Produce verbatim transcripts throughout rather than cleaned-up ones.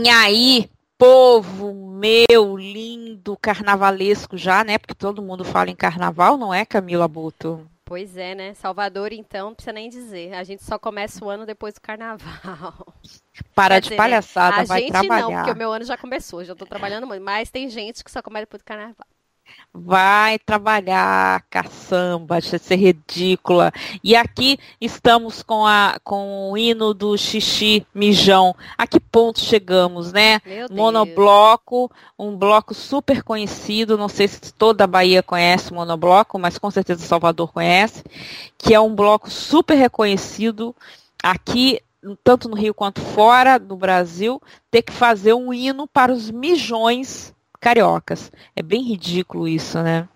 E aí, povo meu lindo carnavalesco já, né? Porque todo mundo fala em carnaval, não é, Camila Buto? Pois é, né? Salvador, então, não precisa nem dizer. A gente só começa o ano depois do carnaval. Para Quer de dizer, né? A palhaçada, vai gente não, porque o trabalhar. meu ano já começou, já tô trabalhando muito. Mas tem gente que só começa depois do carnaval. Vai trabalhar, caçamba, deixa de ser ridícula. E aqui estamos com, a, com o hino do xixi mijão. A que ponto chegamos, né? Meu Deus. Monobloco, um bloco super conhecido, não sei se toda a Bahia conhece o Monobloco, mas com certeza Salvador conhece, que é um bloco super reconhecido aqui, tanto no Rio quanto fora do Brasil, ter que fazer um hino para os mijões cariocas. É bem ridículo isso, né?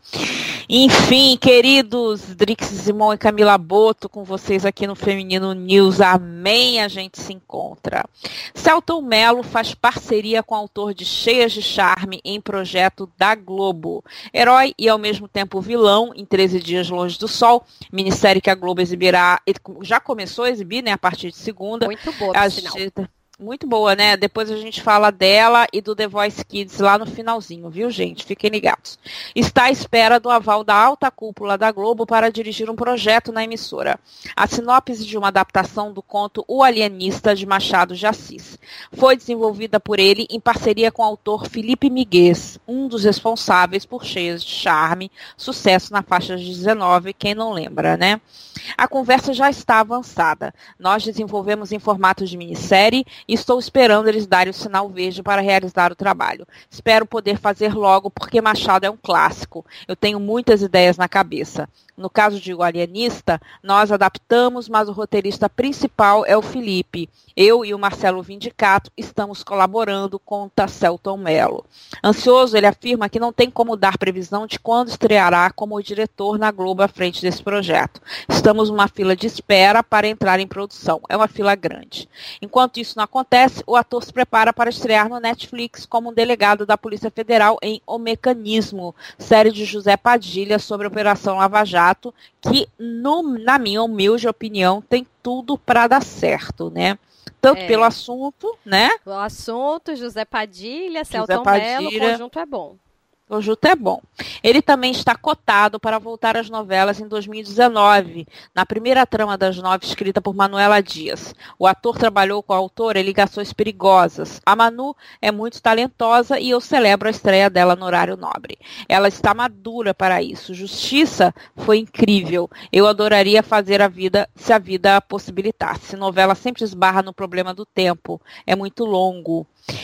Enfim, queridos Drix Simão e Camila Boto, com vocês aqui no Feminino News. Amém, a gente se encontra. Selton Mello faz parceria com o autor de Cheias de Charme em projeto da Globo. Herói e ao mesmo tempo vilão em treze Dias Longe do Sol, minissérie que a Globo exibirá, já começou a exibir, né, a partir de segunda. Muito boa, por sinal. Muito boa, né? Depois a gente fala dela e do The Voice Kids lá no finalzinho, viu, gente? Fiquem ligados. Está à espera do aval da alta cúpula da Globo para dirigir um projeto na emissora. A sinopse de uma adaptação do conto O Alienista, de Machado de Assis. Foi desenvolvida por ele em parceria com o autor Felipe Miguez, um dos responsáveis por Cheias de Charme, sucesso na faixa de dezenove, quem não lembra, né? A conversa já está avançada. Nós desenvolvemos em formato de minissérie e estou esperando eles darem o sinal verde para realizar o trabalho. Espero poder fazer logo, porque Machado é um clássico. Eu tenho muitas ideias na cabeça. No caso de O Alienista, nós adaptamos, mas o roteirista principal é o Felipe. Eu e o Marcelo Vindicato estamos colaborando com o Selton Mello. Ansioso, ele afirma que não tem como dar previsão de quando estreará como diretor na Globo à frente desse projeto. Estamos numa fila de espera para entrar em produção. É uma fila grande. Enquanto isso não acontece, o ator se prepara para estrear no Netflix como um delegado da Polícia Federal em O Mecanismo, série de José Padilha sobre a Operação Lava Jato, que, no, na minha humilde opinião, tem tudo para dar certo, né? Tanto É. pelo assunto, né? O assunto, José Padilha, José Selton Mello, o Padilha. conjunto é bom. O conjunto é bom. Ele também está cotado para voltar às novelas em dois mil e dezenove, na primeira trama das nove escrita por Manuela Dias. O ator trabalhou com a autora em Ligações Perigosas. A Manu é muito talentosa e eu celebro a estreia dela no horário nobre. Ela está madura para isso. Justiça foi incrível. Eu adoraria fazer a vida se a vida possibilitasse. Novela sempre esbarra no problema do tempo. É muito longo.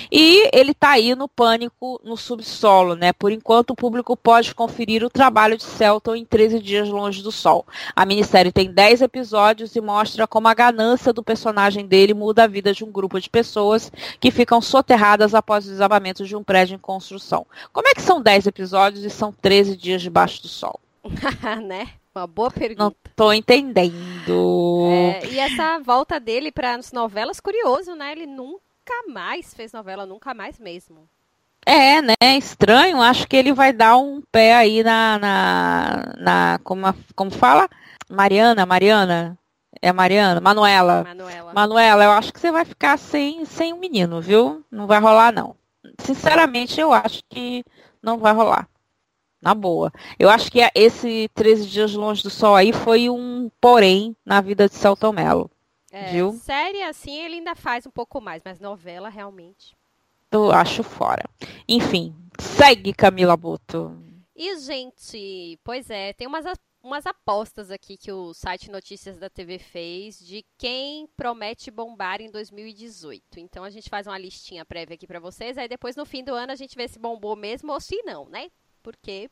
E ele está aí no Pânico, no subsolo, né? Por enquanto, o público pode conferir o trabalho de Selton em treze Dias Longe do Sol. A minissérie tem dez episódios e mostra como a ganância do personagem dele muda a vida de um grupo de pessoas que ficam soterradas após o desabamento de um prédio em construção. Como é que são dez episódios e são treze dias debaixo do sol? Né? Uma boa pergunta. Não tô entendendo. É, e essa volta dele para as novelas, curioso, né? Ele nunca Nunca mais fez novela, nunca mais mesmo. É, né? Estranho. Acho que ele vai dar um pé aí na. na, na como, a- como fala? Mariana, Mariana. É Mariana? Manuela. Manuela. Manuela, eu acho que você vai ficar sem, sem um menino, viu? Não vai rolar, não. Sinceramente, eu acho que não vai rolar. Na boa. Eu acho que esse treze Dias Longe do Sol aí foi um porém na vida de Selton Mello. É, Viu? série assim ele ainda faz um pouco mais, mas novela realmente. Eu acho fora. Enfim, segue Camila Boto. E, gente, pois é, tem umas, a- umas apostas aqui que o site Notícias da T V fez de quem promete bombar em dois mil e dezoito. Então a gente faz uma listinha prévia aqui pra vocês, aí depois no fim do ano a gente vê se bombou mesmo ou se não, né? Porque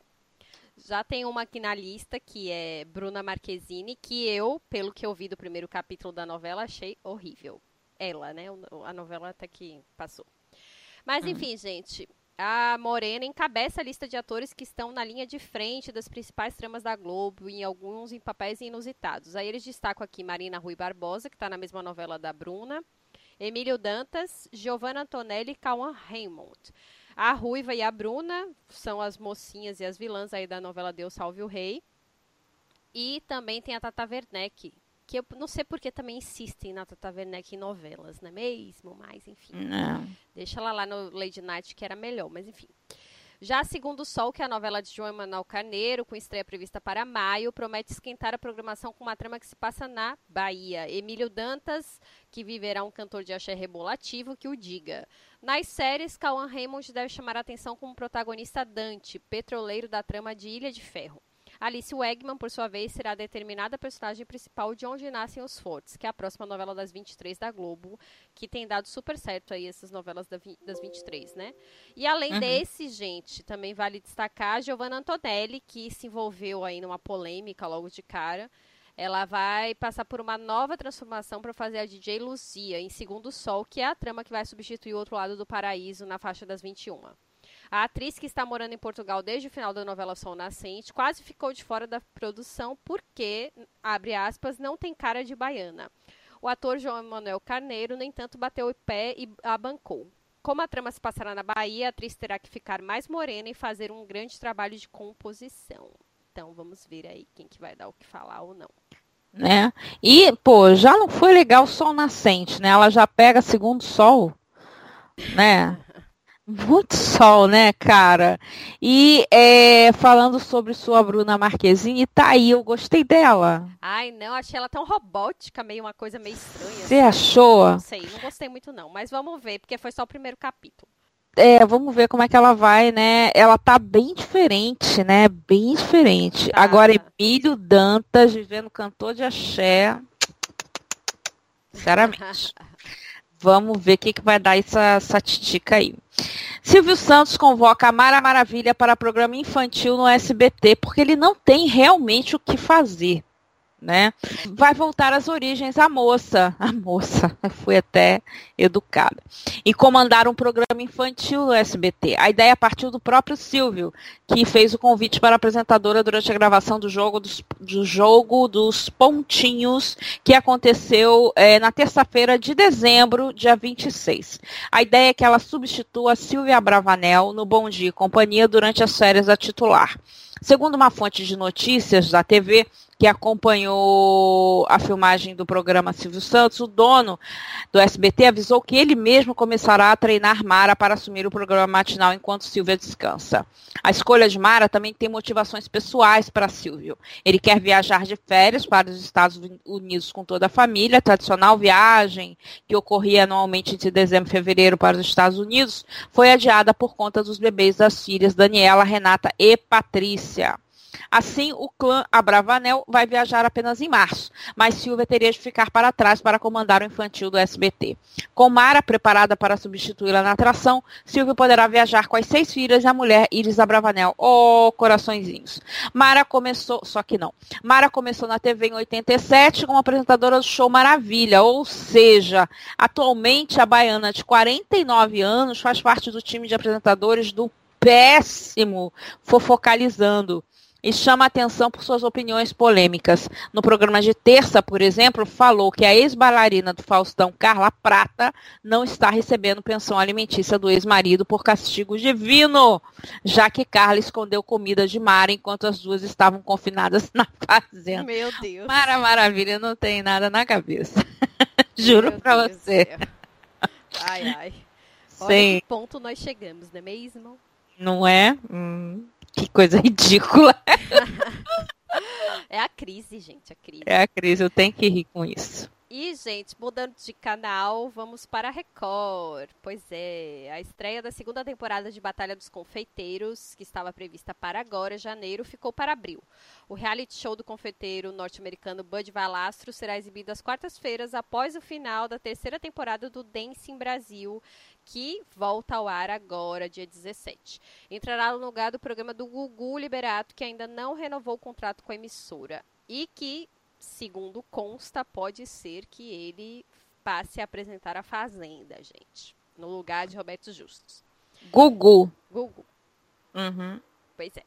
já tem uma aqui na lista que é Bruna Marquezine, que eu, pelo que eu vi do primeiro capítulo da novela, achei horrível. Ela, né? O- A novela até que passou. Mas enfim, gente, a Morena encabeça a lista de atores que estão na linha de frente das principais tramas da Globo, em alguns em papéis inusitados. Aí eles destacam aqui Marina Rui Barbosa, que está na mesma novela da Bruna, Emílio Dantas, Giovanna Antonelli e Cauã Raymond. A Ruiva e a Bruna são as mocinhas e as vilãs aí da novela Deus Salve o Rei. E também tem a Tata Werneck, Que eu não sei porque também insistem na Tata Werneck em novelas, não é mesmo? Mas, enfim. Não. Deixa ela lá no Lady Night, que era melhor, mas enfim. Já Segundo o Sol, que é a novela de João Emanuel Carneiro, com estreia prevista para maio, promete esquentar a programação com uma trama que se passa na Bahia. Emílio Dantas, que viverá um cantor de axé rebolativo, que o diga. Nas séries, Cauã Raymond deve chamar a atenção como protagonista Dante, petroleiro da trama de Ilha de Ferro. Alice Wegman, por sua vez, será a determinada personagem principal de Onde Nascem os Fortes, que é a próxima novela das vinte e três da Globo, que tem dado super certo aí essas novelas das vinte e três, né? E além uhum. desse, gente, também vale destacar a Giovanna Antonelli, que se envolveu aí numa polêmica logo de cara. Ela vai passar por uma nova transformação para fazer a D J Luzia em Segundo o Sol, que é a trama que vai substituir o Outro Lado do Paraíso na faixa das vinte e uma. A atriz, que está morando em Portugal desde o final da novela Sol Nascente, quase ficou de fora da produção porque, abre aspas, não tem cara de baiana. O ator João Emanuel Carneiro, no entanto, bateu o pé e a bancou. Como a trama se passará na Bahia, a atriz terá que ficar mais morena e fazer um grande trabalho de composição. Então, vamos ver aí quem que vai dar o que falar ou não. Né? E, pô, já não foi legal o Sol Nascente, né? Ela já pega Segundo Sol, né? Muito sol, né, cara? E é, falando sobre sua Bruna Marquezine, tá aí, eu gostei dela. Ai, não, achei ela tão robótica, meio uma coisa meio estranha. Você assim. Achou? Não sei, não gostei muito não, mas vamos ver, porque foi só o primeiro capítulo. É, vamos ver como é que ela vai, né? Ela tá bem diferente, né? Bem diferente. Tá. Agora, Emílio Dantas, vivendo cantor de axé. Sinceramente. Vamos ver o que, que vai dar essa, essa titica aí. Silvio Santos convoca a Mara Maravilha para programa infantil no S B T, porque ele não tem realmente o que fazer, né? Vai voltar às origens a moça, a moça, fui até educada, e comandar um programa infantil no S B T. A ideia partiu do próprio Silvio, que fez o convite para a apresentadora durante a gravação do jogo dos, do jogo dos Pontinhos, que aconteceu é, na terça-feira de dezembro, dia vinte e seis. A ideia é que ela substitua a Silvia Abravanel no Bom Dia e Companhia durante as férias da titular. Segundo uma fonte de notícias da T V, que acompanhou a filmagem do programa Silvio Santos, o dono do S B T avisou que ele mesmo começará a treinar Mara para assumir o programa matinal enquanto Silvia descansa. A escolha de Mara também tem motivações pessoais para Silvio. Ele quer viajar de férias para os Estados Unidos com toda a família. A tradicional viagem que ocorria anualmente entre dezembro e fevereiro para os Estados Unidos foi adiada por conta dos bebês das filhas Daniela, Renata e Patrícia. Assim, o clã Abravanel vai viajar apenas em março, mas Silvia teria de ficar para trás para comandar o infantil do S B T. Com Mara preparada para substituí-la na atração, Silvia poderá viajar com as seis filhas e a mulher Iris Abravanel. Oh, coraçõezinhos. Mara começou, só que não. Mara começou na T V em oitenta e sete como apresentadora do show Maravilha, ou seja, atualmente a baiana de quarenta e nove anos faz parte do time de apresentadores do péssimo Fofocalizando. E chama a atenção por suas opiniões polêmicas. No programa de terça, por exemplo, falou que a ex-bailarina do Faustão, Carla Prata, não está recebendo pensão alimentícia do ex-marido por castigo divino, já que Carla escondeu comida de Mara enquanto as duas estavam confinadas na fazenda. Meu Deus. Mara Maravilha, não tem nada na cabeça. Juro Meu pra Deus você. Ai, ai. Olha Sim. que ponto nós chegamos, não é mesmo? Não é? Hum. Que coisa ridícula. É a crise, gente, a crise. É a crise, eu tenho que rir com isso. E, gente, mudando de canal, vamos para a Record. Pois é, a estreia da segunda temporada de Batalha dos Confeiteiros, que estava prevista para agora, janeiro, ficou para abril. O reality show do confeiteiro norte-americano Bud Valastro será exibido às quartas-feiras após o final da terceira temporada do Dancing Brasil, que volta ao ar agora, dia dezessete. Entrará no lugar do programa do Gugu Liberato, que ainda não renovou o contrato com a emissora. E que, segundo consta, pode ser que ele passe a apresentar a Fazenda, gente. No lugar de Roberto Justus. Gugu. Gugu. Uhum. Pois é.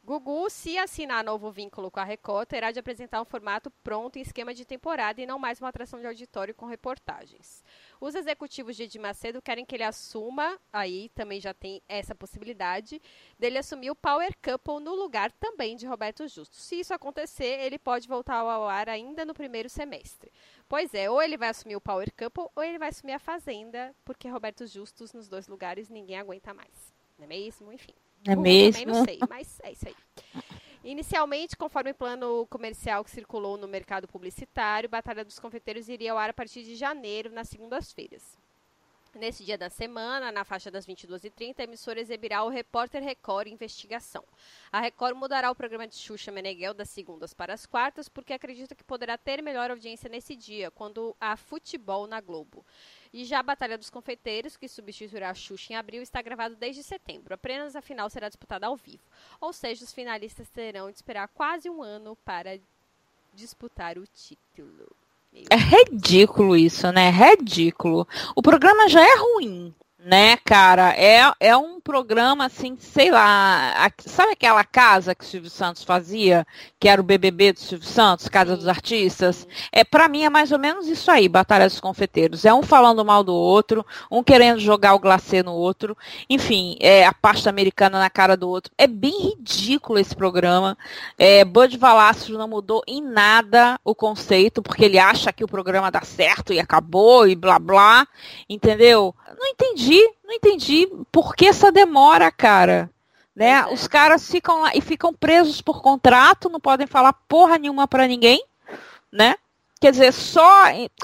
Gugu, se assinar novo vínculo com a Record, terá de apresentar um formato pronto em esquema de temporada e não mais uma atração de auditório com reportagens. Os executivos de Edir Macedo querem que ele assuma, aí também já tem essa possibilidade, dele assumir o Power Couple no lugar também de Roberto Justus. Se isso acontecer, ele pode voltar ao ar ainda no primeiro semestre. Pois é, ou ele vai assumir o Power Couple ou ele vai assumir a Fazenda, porque Roberto Justus nos dois lugares ninguém aguenta mais. Não é mesmo? Enfim. É Google mesmo? Também não sei, mas é isso aí. Inicialmente, conforme o plano comercial que circulou no mercado publicitário, Batalha dos Confeiteiros iria ao ar a partir de janeiro, nas segundas-feiras. Nesse dia da semana, na faixa das vinte e duas e trinta, a emissora exibirá o Repórter Record Investigação. A Record mudará o programa de Xuxa Meneghel das segundas para as quartas, porque acredita que poderá ter melhor audiência nesse dia, quando há futebol na Globo. E já a Batalha dos Confeiteiros, que substituirá a Xuxa em abril, está gravado desde setembro. Apenas a final será disputada ao vivo. Ou seja, os finalistas terão de esperar quase um ano para disputar o título. É ridículo isso, né? Ridículo. O programa já é ruim, né, cara? É, é um programa, assim, sei lá... A, sabe aquela casa que o Silvio Santos fazia? Que era o B B B do Silvio Santos, Casa Sim. dos Artistas? É, pra mim é mais ou menos isso aí, Batalha dos Confeiteiros. É um falando mal do outro, um querendo jogar o glacê no outro. Enfim, é a pasta americana na cara do outro. É bem ridículo esse programa. É, Bud Valastro não mudou em nada o conceito, porque ele acha que o programa dá certo e acabou e blá blá, entendeu? Não entendi, não entendi por que essa demora, cara. Né? É. Os caras ficam lá e ficam presos por contrato, não podem falar porra nenhuma pra ninguém, né? Quer dizer, só...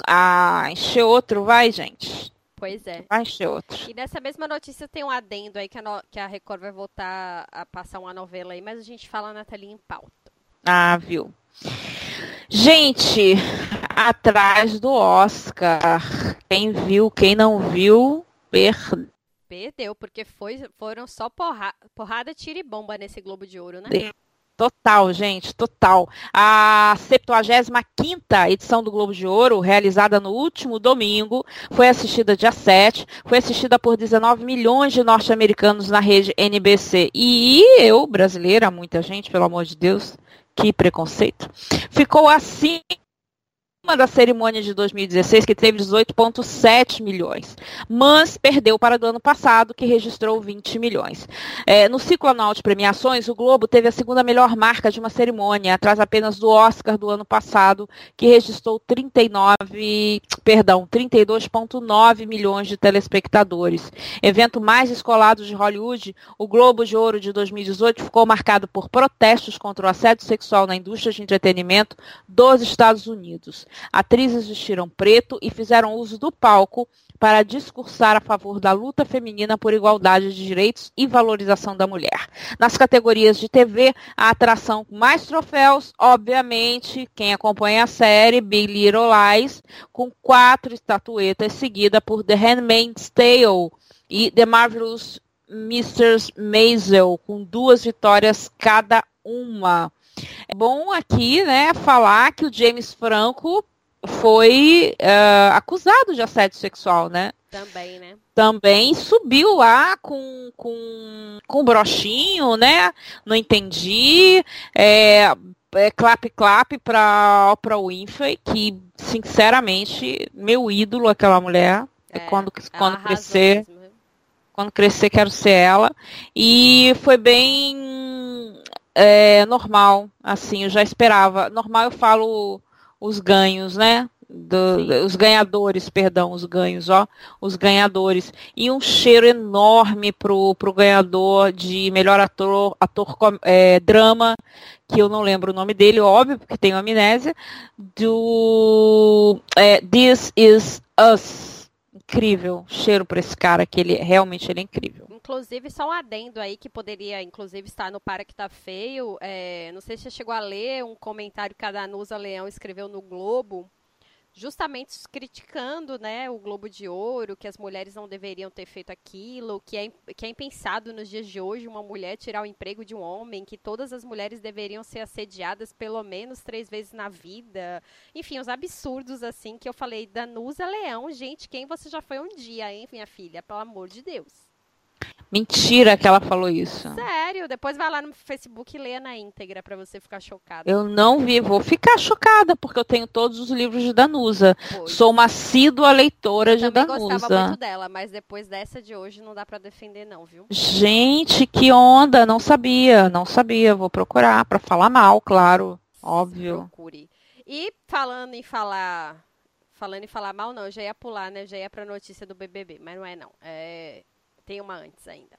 Ah, encher outro, vai, gente. Pois é. Vai encher outro. E nessa mesma notícia tem um adendo aí que a, no... que a Record vai voltar a passar uma novela aí, mas a gente fala na telinha em pauta. Ah, viu? Gente, atrás do Oscar. Quem viu, quem não viu, perdeu. Perdeu, porque foi, foram só porra, porrada, tiro e bomba nesse Globo de Ouro, né? Total, gente, total. A septuagésima quinta edição do Globo de Ouro, realizada no último domingo, foi assistida dia sete, foi assistida por dezenove milhões de norte-americanos na rede N B C. E eu, brasileira, muita gente, pelo amor de Deus, que preconceito, ficou assim uma da cerimônia de dois mil e dezesseis, que teve dezoito vírgula sete milhões, mas perdeu para do ano passado, que registrou vinte milhões. É, no ciclo anual de premiações, o Globo teve a segunda melhor marca de uma cerimônia, atrás apenas do Oscar do ano passado, que registrou trinta e nove, perdão, trinta e dois vírgula nove milhões de telespectadores. Evento mais descolado de Hollywood, o Globo de Ouro de dois mil e dezoito ficou marcado por protestos contra o assédio sexual na indústria de entretenimento dos Estados Unidos. Atrizes vestiram preto e fizeram uso do palco para discursar a favor da luta feminina por igualdade de direitos e valorização da mulher. Nas categorias de T V, a atração com mais troféus, obviamente, quem acompanha a série, Big Little Lies, com quatro estatuetas, seguida por The Handmaid's Tale e The Marvelous mister Maisel, com duas vitórias cada uma. É bom aqui, né, falar que o James Franco foi uh, acusado de assédio sexual, né? Também, né? Também subiu lá com, com, com brochinho, né? Não entendi. É, é clap clap para Oprah Winfrey, que sinceramente meu ídolo aquela mulher. É, quando quando crescer, mesmo. quando crescer quero ser ela. E foi bem é, normal, assim, eu já esperava. Normal eu falo os ganhos, né? Do, os ganhadores, perdão, os ganhos, ó, os ganhadores. E um cheiro enorme pro, pro ganhador de melhor ator, ator é, drama, que eu não lembro o nome dele, óbvio, porque tenho amnésia, do é, This Is Us. Incrível, cheiro para esse cara, que ele realmente ele é incrível. Inclusive, só um adendo aí que poderia, inclusive, estar no Para Que Tá Feio. É, não sei se você chegou a ler um comentário que a Danusa Leão escreveu no Globo, justamente criticando, né, o Globo de Ouro, que as mulheres não deveriam ter feito aquilo, que é, que é impensado nos dias de hoje uma mulher tirar o emprego de um homem, que todas as mulheres deveriam ser assediadas pelo menos três vezes na vida. Enfim, os absurdos, assim, que eu falei, Danusa Leão, gente, quem você já foi um dia, hein, minha filha? Pelo amor de Deus. Mentira que ela falou isso. Sério, depois vai lá no Facebook e lê na íntegra pra você ficar chocada. Eu não vi, vou ficar chocada, porque eu tenho todos os livros de Danusa. Pois. Sou uma assídua leitora Eu de também Danusa. gostava muito dela, mas depois dessa de hoje não dá pra defender não, viu? Gente, que onda, não sabia, não sabia. Vou procurar pra falar mal, claro, óbvio. Procure. E falando em falar, falando em falar mal, não, eu já ia pular, né? Já ia pra notícia do B B B, mas não é não. É... Tem uma antes ainda.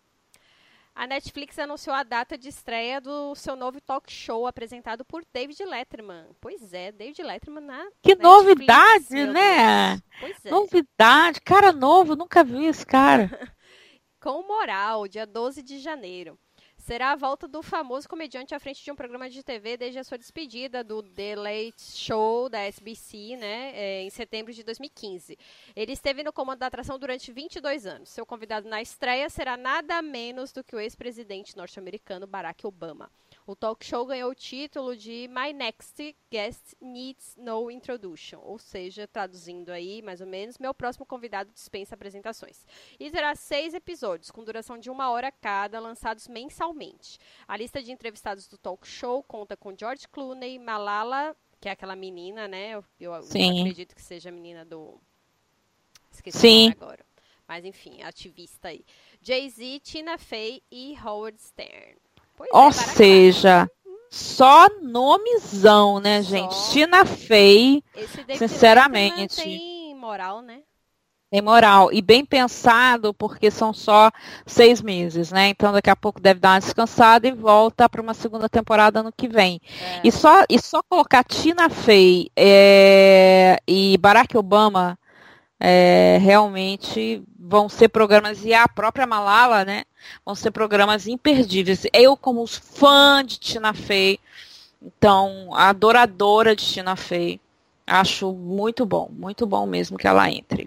A Netflix anunciou a data de estreia do seu novo talk show apresentado por David Letterman. Pois é, David Letterman na Que Netflix, novidade, meu né? Deus. Pois é. Novidade, cara novo, nunca vi esse cara. Com moral, dia doze de janeiro. Será a volta do famoso comediante à frente de um programa de T V desde a sua despedida do The Late Show da S B C, né, é, em setembro de dois mil e quinze. Ele esteve no comando da atração durante vinte e dois anos. Seu convidado na estreia será nada menos do que o ex-presidente norte-americano Barack Obama. O talk show ganhou o título de My Next Guest Needs No Introduction, ou seja, traduzindo aí, mais ou menos, meu próximo convidado dispensa apresentações. E terá seis episódios, com duração de uma hora cada, lançados mensalmente. A lista de entrevistados do talk show conta com George Clooney, Malala, que é aquela menina, né? Eu, eu acredito que seja a menina do... Esqueci Sim. o nome agora. Mas, enfim, ativista aí. Jay-Z, Tina Fey e Howard Stern. Pois Ou é, seja, só nomezão, né, Só. gente? Tina Fey, Esse David sinceramente, Letterman tem moral, né? tem moral. E bem pensado, porque são só seis meses, né? Então daqui a pouco deve dar uma descansada e volta para uma segunda temporada ano que vem. É. E, só, e só colocar Tina Fey é, e Barack Obama é, realmente vão ser programas, e a própria Malala, né? Vão ser programas imperdíveis. Eu, como fã de Tina Fey, então, adoradora de Tina Fey, acho muito bom, muito bom mesmo que ela entre.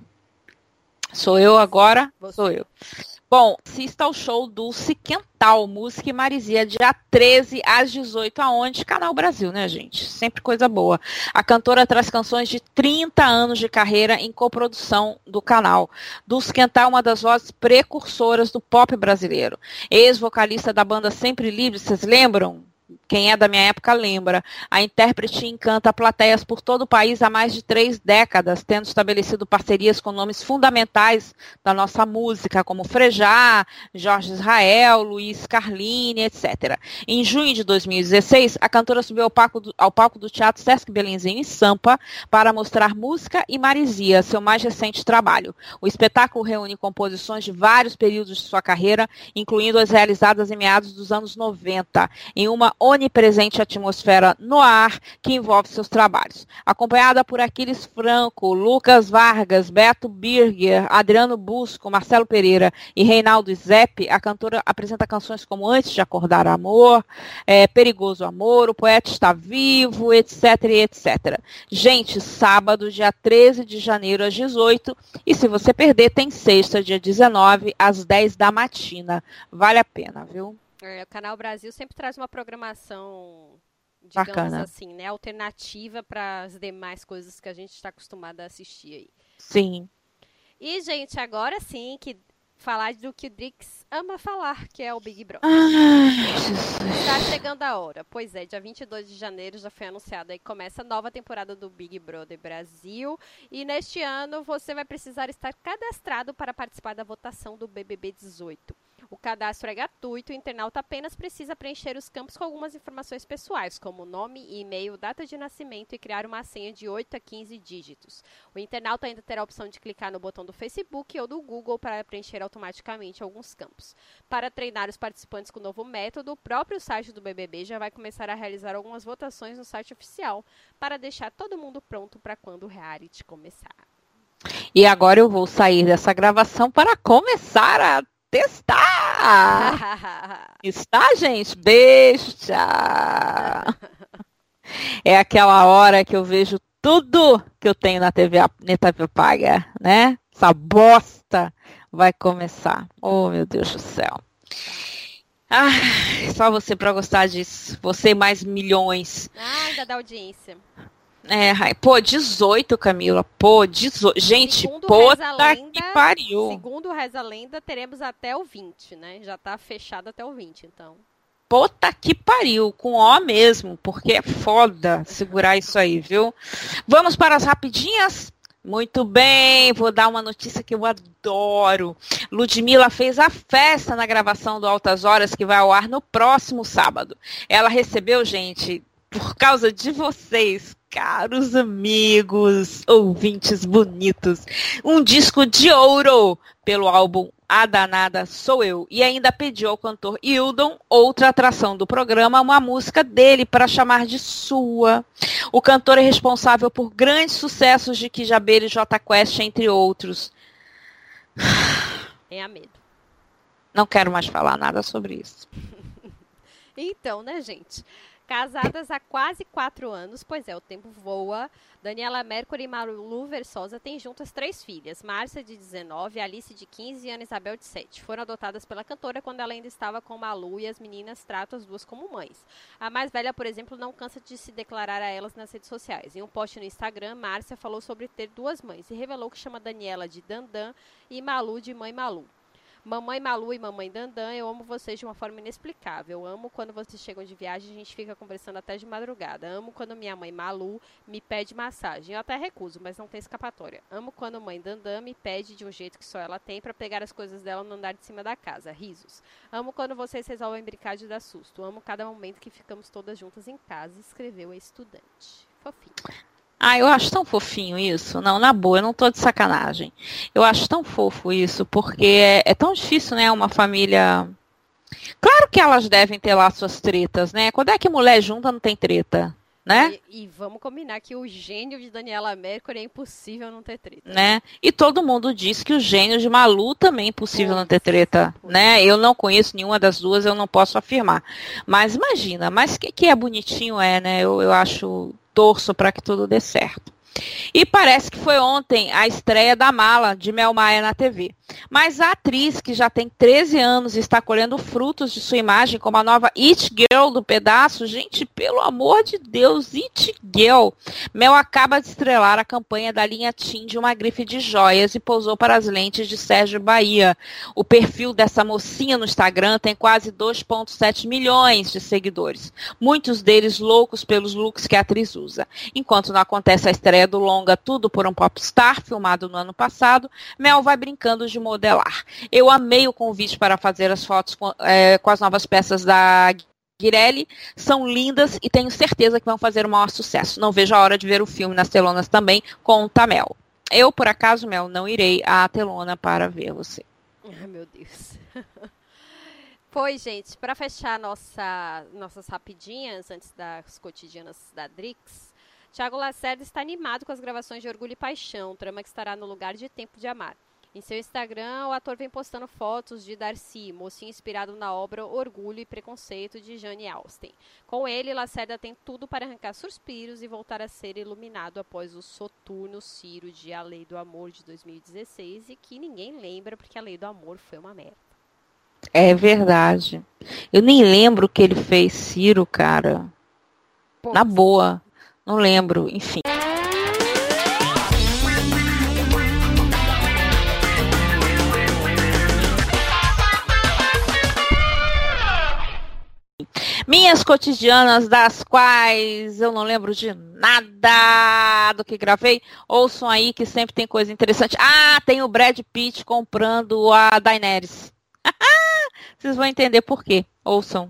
Sou eu agora? Você. Sou eu. Bom, assista ao show Dulce Quental, Música e Marizia, dia treze às dezoito, aonde? Canal Brasil, né, gente? Sempre coisa boa. A cantora traz canções de trinta anos de carreira em coprodução do canal. Dulce Quental é uma das vozes precursoras do pop brasileiro. Ex-vocalista da banda Sempre Livre, vocês lembram? Quem é da minha época lembra. A intérprete encanta plateias por todo o país há mais de três décadas, tendo estabelecido parcerias com nomes fundamentais da nossa música, como Frejá, Jorge Israel, Luiz Carlini, etcétera. Em junho de dois mil e dezesseis, a cantora subiu ao palco do, ao palco do Teatro Sesc Belenzinho, em Sampa, para mostrar Música e Marizia, seu mais recente trabalho. O espetáculo reúne composições de vários períodos de sua carreira, incluindo as realizadas em meados dos anos noventa, em uma onipresente atmosfera no ar que envolve seus trabalhos. Acompanhada por Aquiles Franco, Lucas Vargas, Beto Birger, Adriano Busco, Marcelo Pereira e Reinaldo Zepp, a cantora apresenta canções como Antes de Acordar Amor, é, Perigoso Amor, O Poeta Está Vivo, etc, etcétera. Gente, sábado, dia treze de janeiro, às dezoito, e se você perder, tem sexta, dia dezenove, às dez da matina. Vale a pena, viu? É, o Canal Brasil sempre traz uma programação, digamos Bacana. assim, né, alternativa para as demais coisas que a gente está acostumado a assistir aí. Sim. E, gente, agora sim, que falar do que o Drix ama falar, que é o Big Brother. Ai, Jesus. Está chegando a hora. Pois é, dia vinte e dois de janeiro já foi anunciado aí que começa a nova temporada do Big Brother Brasil. E neste ano você vai precisar estar cadastrado para participar da votação do B B B dezoito. O cadastro é gratuito, o internauta apenas precisa preencher os campos com algumas informações pessoais, como nome, e-mail, data de nascimento e criar uma senha de oito a quinze dígitos. O internauta ainda terá a opção de clicar no botão do Facebook ou do Google para preencher automaticamente alguns campos. Para treinar os participantes com o novo método, o próprio site do B B B já vai começar a realizar algumas votações no site oficial, para deixar todo mundo pronto para quando o reality começar. E agora eu vou sair dessa gravação para começar a testar! Está, gente? Beijo, tchau! É aquela hora que eu vejo tudo que eu tenho na T V, na T V paga, né? Essa bosta vai começar. Oh, meu Deus do céu. Ah, só você para gostar disso. Você e mais milhões. Ah, ainda dá audiência. É, pô, dezoito, Camila. Pô, dezoito. Gente, puta que pariu. Segundo Reza Lenda, teremos até o vinte, né? Já tá fechado até o vinte, então. Puta que pariu, com O mesmo, porque é foda segurar isso aí, viu? Vamos para as rapidinhas? Muito bem, vou dar uma notícia que eu adoro. Ludmilla fez a festa na gravação do Altas Horas, que vai ao ar no próximo sábado. Ela recebeu, gente, por causa de vocês, caros amigos, ouvintes bonitos, um disco de ouro pelo álbum A Danada Sou Eu. E ainda pediu ao cantor Hildon, outra atração do programa, uma música dele para chamar de sua. O cantor é responsável por grandes sucessos de Kid Abelha e Jota Quest, entre outros. Tenha medo. Não quero mais falar nada sobre isso. Então, né, gente? Casadas há quase quatro anos, pois é, o tempo voa. Daniela Mercury e Malu Versosa têm juntas três filhas, Márcia, de dezenove, Alice, de quinze e Ana Isabel, de sete. Foram adotadas pela cantora quando ela ainda estava com Malu e as meninas tratam as duas como mães. A mais velha, por exemplo, não cansa de se declarar a elas nas redes sociais. Em um post no Instagram, Márcia falou sobre ter duas mães e revelou que chama Daniela de Dandan e Malu de Mãe Malu. Mamãe Malu e Mamãe Dandan, eu amo vocês de uma forma inexplicável. Eu amo quando vocês chegam de viagem e a gente fica conversando até de madrugada. Amo quando minha mãe Malu me pede massagem. Eu até recuso, mas não tem escapatória. Amo quando mãe Dandan me pede de um jeito que só ela tem pra pegar as coisas dela no andar de cima da casa. Risos. Amo quando vocês resolvem brincar de dar susto. Amo cada momento que ficamos todas juntas em casa, escreveu a estudante. Fofinho. Ah, eu acho tão fofinho isso. Não, na boa, eu não tô de sacanagem. Eu acho tão fofo isso, porque é, é tão difícil, né, uma família... Claro que elas devem ter lá suas tretas, né? Quando é que mulher junta não tem treta, né? E, e vamos combinar que o gênio de Daniela Mercury é impossível não ter treta. Né? E todo mundo diz que o gênio de Malu também é impossível pois, não ter treta, pois. né? Eu não conheço nenhuma das duas, eu não posso afirmar. Mas imagina, mas que, que é bonitinho é, né? Eu, eu acho... torço para que tudo dê certo. E parece que foi ontem a estreia da Mala, de Mel Maia, na T V. Mas a atriz, que já tem treze anos e está colhendo frutos de sua imagem como a nova It Girl do pedaço, gente, pelo amor de Deus, It Girl. Mel acaba de estrelar a campanha da linha Tim de uma grife de joias e pousou para as lentes de Sérgio Bahia. O perfil dessa mocinha no Instagram tem quase dois vírgula sete milhões de seguidores, muitos deles loucos pelos looks que a atriz usa. Enquanto não acontece a estreia do longa Tudo por um Popstar, filmado no ano passado, Mel vai brincando de modelar. Eu amei o convite para fazer as fotos com, é, com as novas peças da Ghirelli, são lindas e tenho certeza que vão fazer o maior sucesso. Não vejo a hora de ver o filme nas telonas também, conta a Mel. Eu, por acaso, Mel, não irei à telona para ver você. Ai, meu Deus. Pois, gente, para fechar nossa, nossas rapidinhas, antes das cotidianas da Drix, Thiago Lacerda está animado com as gravações de Orgulho e Paixão, trama que estará no lugar de Tempo de Amar. Em seu Instagram, o ator vem postando fotos de Darcy, mocinho inspirado na obra Orgulho e Preconceito, de Jane Austen. Com ele, Lacerda tem tudo para arrancar suspiros e voltar a ser iluminado após o soturno Ciro de A Lei do Amor, de dois mil e dezesseis, e que ninguém lembra porque A Lei do Amor foi uma merda. É verdade. Eu nem lembro o que ele fez, Ciro, cara. Pô, na boa. Não lembro, enfim. Minhas cotidianas, das quais eu não lembro de nada do que gravei, ouçam aí que sempre tem coisa interessante. Ah, tem o Brad Pitt comprando a Daenerys. Vocês vão entender por quê. Ouçam.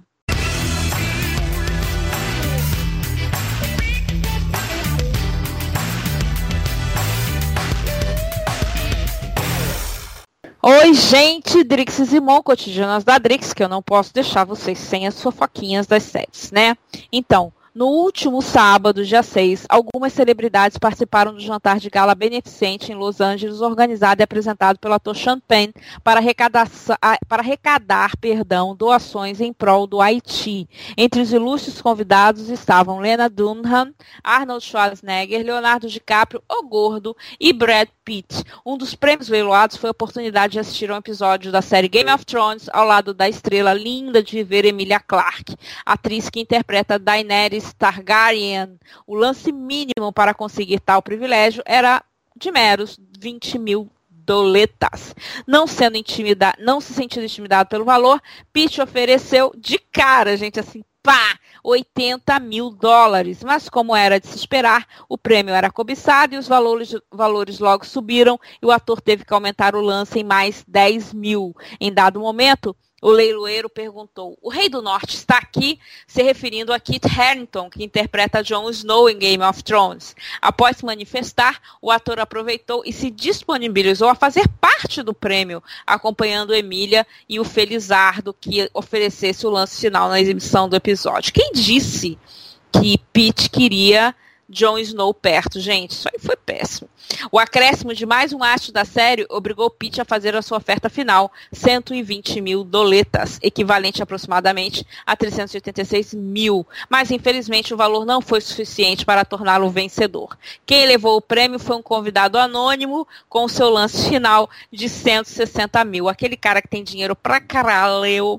Oi, gente, Drix e Zimon, cotidianas da Drix, que eu não posso deixar vocês sem as fofoquinhas das sets, né? Então, no último sábado, dia seis, algumas celebridades participaram do jantar de gala beneficente em Los Angeles, organizado e apresentado pelo ator Sean Penn para arrecadar, para arrecadar perdão, doações em prol do Haiti. Entre os ilustres convidados estavam Lena Dunham, Arnold Schwarzenegger, Leonardo DiCaprio, o Gordo e Brad Pitt. Um dos prêmios leiloados foi a oportunidade de assistir um episódio da série Game of Thrones ao lado da estrela linda de viver Emilia Clarke, atriz que interpreta Daenerys Daenerys Targaryen. O lance mínimo para conseguir tal privilégio era de meros vinte mil doletas. Não sendo intimidado, não se sentindo intimidado pelo valor, Pitt ofereceu de cara, gente, assim, pá, oitenta mil dólares. Mas como era de se esperar, o prêmio era cobiçado e os valores, valores logo subiram e o ator teve que aumentar o lance em mais dez mil. Em dado momento, o leiloeiro perguntou: o Rei do Norte está aqui? Se referindo a Kit Harington, que interpreta Jon Snow em Game of Thrones. Após se manifestar, o ator aproveitou e se disponibilizou a fazer parte do prêmio, acompanhando Emília e o Felizardo, que oferecesse o lance final na exibição do episódio. Quem disse que Pitt queria Jon Snow perto, gente? Isso aí foi péssimo. O acréscimo de mais um astro da série obrigou Pitt a fazer a sua oferta final, cento e vinte mil doletas, equivalente aproximadamente a trezentos e oitenta e seis mil. Mas, infelizmente, o valor não foi suficiente para torná-lo vencedor. Quem levou o prêmio foi um convidado anônimo com o seu lance final de cento e sessenta mil. Aquele cara que tem dinheiro pra caralho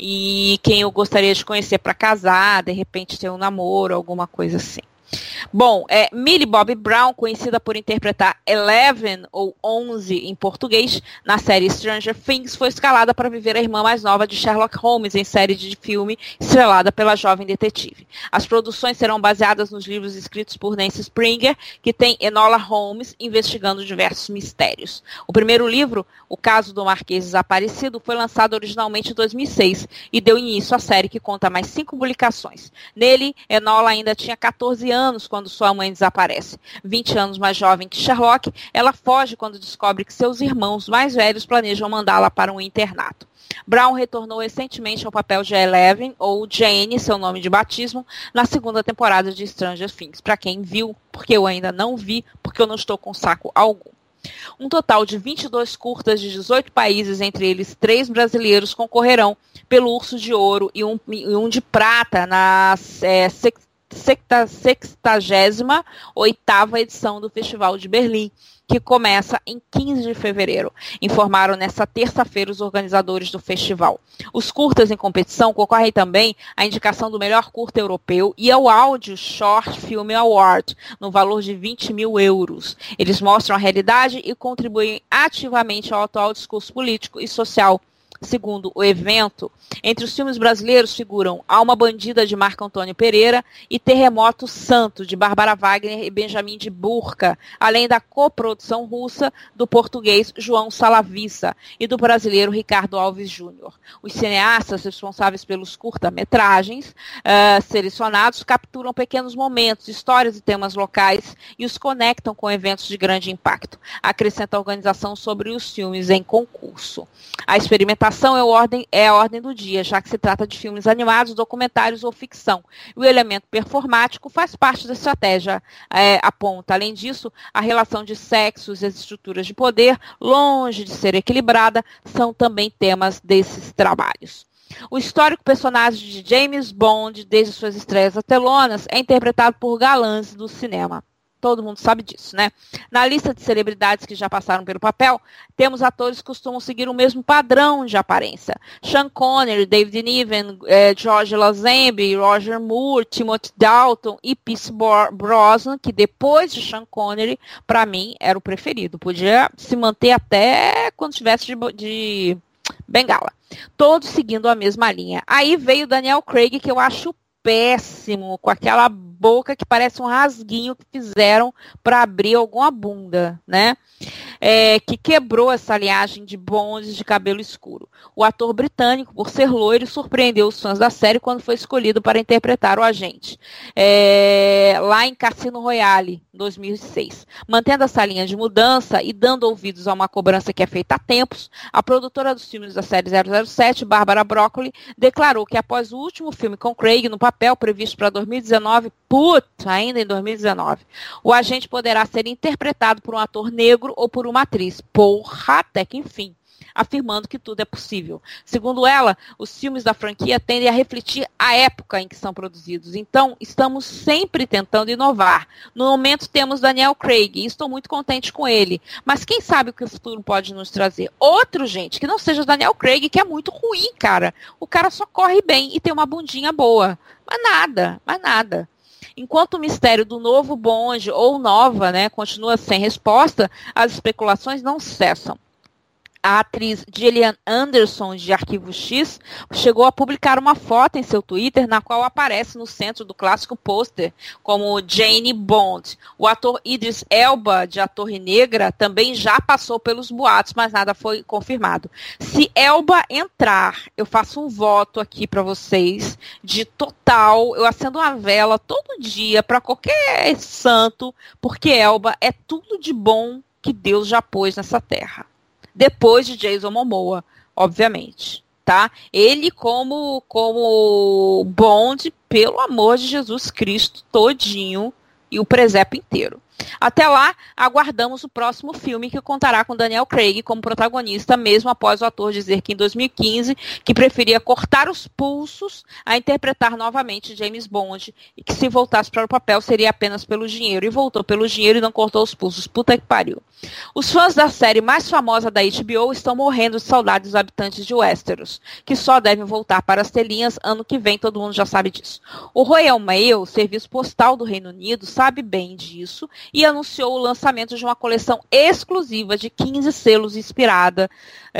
e quem eu gostaria de conhecer para casar, de repente ter um namoro, alguma coisa assim. Bom, é, Millie Bobby Brown, conhecida por interpretar Eleven, ou onze em português, na série Stranger Things, foi escalada para viver a irmã mais nova de Sherlock Holmes em série de filme estrelada pela jovem detetive. As produções serão baseadas nos livros escritos por Nancy Springer, que tem Enola Holmes investigando diversos mistérios. O primeiro livro, O Caso do Marquês Desaparecido, foi lançado originalmente em dois mil e seis e deu início à série, que conta mais cinco publicações. Nele, Enola ainda tinha catorze anos quando sua mãe desaparece. vinte anos mais jovem que Sherlock, ela foge quando descobre que seus irmãos mais velhos planejam mandá-la para um internato. Brown retornou recentemente ao papel de Eleven, ou Jane, seu nome de batismo, na segunda temporada de Stranger Things. Para quem viu, porque eu ainda não vi, porque eu não estou com saco algum. Um total de vinte e dois curtas de dezoito países, entre eles três brasileiros, concorrerão pelo Urso de Ouro e um, e um de Prata na é, sextagésima oitava edição do Festival de Berlim, que começa em quinze de fevereiro, informaram nesta terça-feira os organizadores do festival. Os curtas em competição concorrem também à indicação do melhor curta europeu e ao Audio Short Film Award, no valor de vinte mil euros. Eles mostram a realidade e contribuem ativamente ao atual discurso político e social. Segundo o evento, entre os filmes brasileiros figuram Alma Bandida, de Marco Antônio Pereira, e Terremoto Santo, de Bárbara Wagner e Benjamin de Burca, além da coprodução russa do português João Salavissa e do brasileiro Ricardo Alves Júnior. Os cineastas responsáveis pelos curta-metragens uh, selecionados capturam pequenos momentos, histórias e temas locais e os conectam com eventos de grande impacto, acrescenta a organização sobre os filmes em concurso. A experimentação é a, ordem, é a ordem do dia, já que se trata de filmes animados, documentários ou ficção. O elemento performático faz parte da estratégia, é, aponta. Além disso, a relação de sexos e as estruturas de poder, longe de ser equilibrada, são também temas desses trabalhos. O histórico personagem de James Bond, desde suas estreias a telonas, é interpretado por galãs do cinema. Todo mundo sabe disso, né? Na lista de celebridades que já passaram pelo papel, temos atores que costumam seguir o mesmo padrão de aparência. Sean Connery, David Niven, eh, George Lazenby, Roger Moore, Timothy Dalton e Pierce Brosnan, que depois de Sean Connery, para mim, era o preferido. Podia se manter até quando estivesse de, de bengala. Todos seguindo a mesma linha. Aí veio Daniel Craig, que eu acho péssimo, com aquela boca que parece um rasguinho que fizeram para abrir alguma bunda, né? É, que quebrou essa linhagem de bondes de cabelo escuro. O ator britânico, por ser loiro, surpreendeu os fãs da série quando foi escolhido para interpretar o agente, é, lá em Cassino Royale, em dois mil e seis. Mantendo essa linha de mudança e dando ouvidos a uma cobrança que é feita há tempos, a produtora dos filmes da série zero zero sete, Bárbara Broccoli, declarou que após o último filme com Craig no papel, previsto para dois mil e dezenove, puta, ainda em dois mil e dezenove, o agente poderá ser interpretado por um ator negro ou por uma atriz. Porra, até que enfim. afirmando que tudo é possível. Segundo ela, os filmes da franquia tendem a refletir a época em que são produzidos. Então, estamos sempre tentando inovar. No momento temos Daniel Craig e estou muito contente com ele. Mas quem sabe o que o futuro pode nos trazer? Outro, gente, que não seja Daniel Craig, que é muito ruim, cara. O cara só corre bem e tem uma bundinha boa. Mas nada, mas nada. Enquanto o mistério do novo Bond ou nova, né, continua sem resposta, as especulações não cessam. A atriz Gillian Anderson, de Arquivo X, chegou a publicar uma foto em seu Twitter na qual aparece no centro do clássico pôster como Jane Bond. O ator Idris Elba, de A Torre Negra, também já passou pelos boatos, mas nada foi confirmado. Se Elba entrar, eu faço um voto aqui para vocês de total, eu acendo uma vela todo dia para qualquer santo, porque Elba é tudo de bom que Deus já pôs nessa terra. Depois de Jason Momoa, obviamente, tá? Ele como, como Bond, pelo amor de Jesus Cristo, todinho e o presépio inteiro. Até lá, aguardamos o próximo filme que contará com Daniel Craig como protagonista, mesmo após o ator dizer que em dois mil e quinze que preferia cortar os pulsos a interpretar novamente James Bond e que se voltasse para o papel seria apenas pelo dinheiro. E voltou pelo dinheiro e não cortou os pulsos. Puta que pariu. Os fãs da série mais famosa da H B O estão morrendo de saudade dos habitantes de Westeros, que só devem voltar para as telinhas ano que vem, todo mundo já sabe disso. O Royal Mail, serviço postal do Reino Unido, sabe bem disso e anunciou o lançamento de uma coleção exclusiva de quinze selos inspirada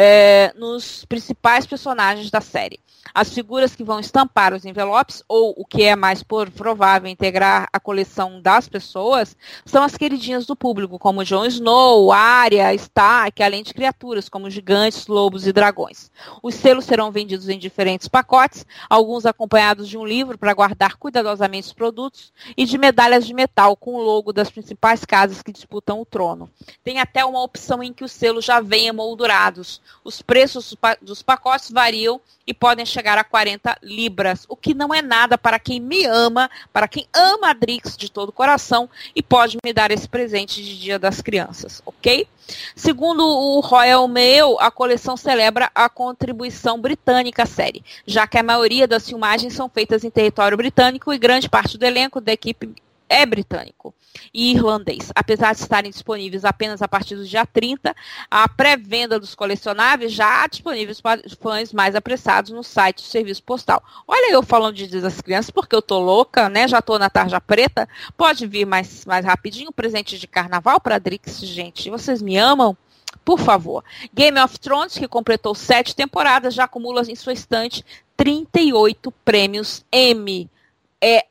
é, nos principais personagens da série. As figuras que vão estampar os envelopes, ou o que é mais provável, integrar a coleção das pessoas, são as queridinhas do público, como Jon Snow, Arya, Stark, além de criaturas como gigantes, lobos e dragões. Os selos serão vendidos em diferentes pacotes, alguns acompanhados de um livro para guardar cuidadosamente os produtos e de medalhas de metal com o logo das principais casas que disputam o trono. Tem até uma opção em que os selos já vêm emoldurados. Os preços dos pacotes variam e podem chegar a quarenta libras, o que não é nada para quem me ama, para quem ama a Drix de todo o coração e pode me dar esse presente de Dia das Crianças, ok? Segundo o Royal Mail, a coleção celebra a contribuição britânica à série, já que a maioria das filmagens são feitas em território britânico e grande parte do elenco da equipe é britânico e irlandês. Apesar de estarem disponíveis apenas a partir do dia trinta, a pré-venda dos colecionáveis já há disponíveis para os fãs mais apressados no site do Serviço Postal. Olha eu falando de Dia das Crianças, porque eu tô louca, né? Já tô na tarja preta. Pode vir mais, mais rapidinho, presente de carnaval para a Drix, gente. Vocês me amam? Por favor. Game of Thrones, que completou sete temporadas, já acumula em sua estante trinta e oito prêmios Emmy. É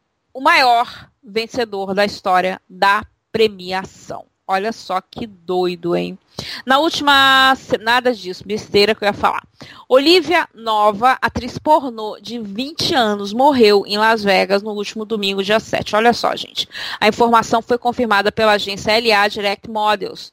o maior vencedor da história da premiação. Olha só que doido, hein? Na última... Nada disso, besteira que eu ia falar. Olivia Nova, atriz pornô de vinte anos, morreu em Las Vegas no último domingo, dia sete. Olha só, gente. A informação foi confirmada pela agência L A Direct Models.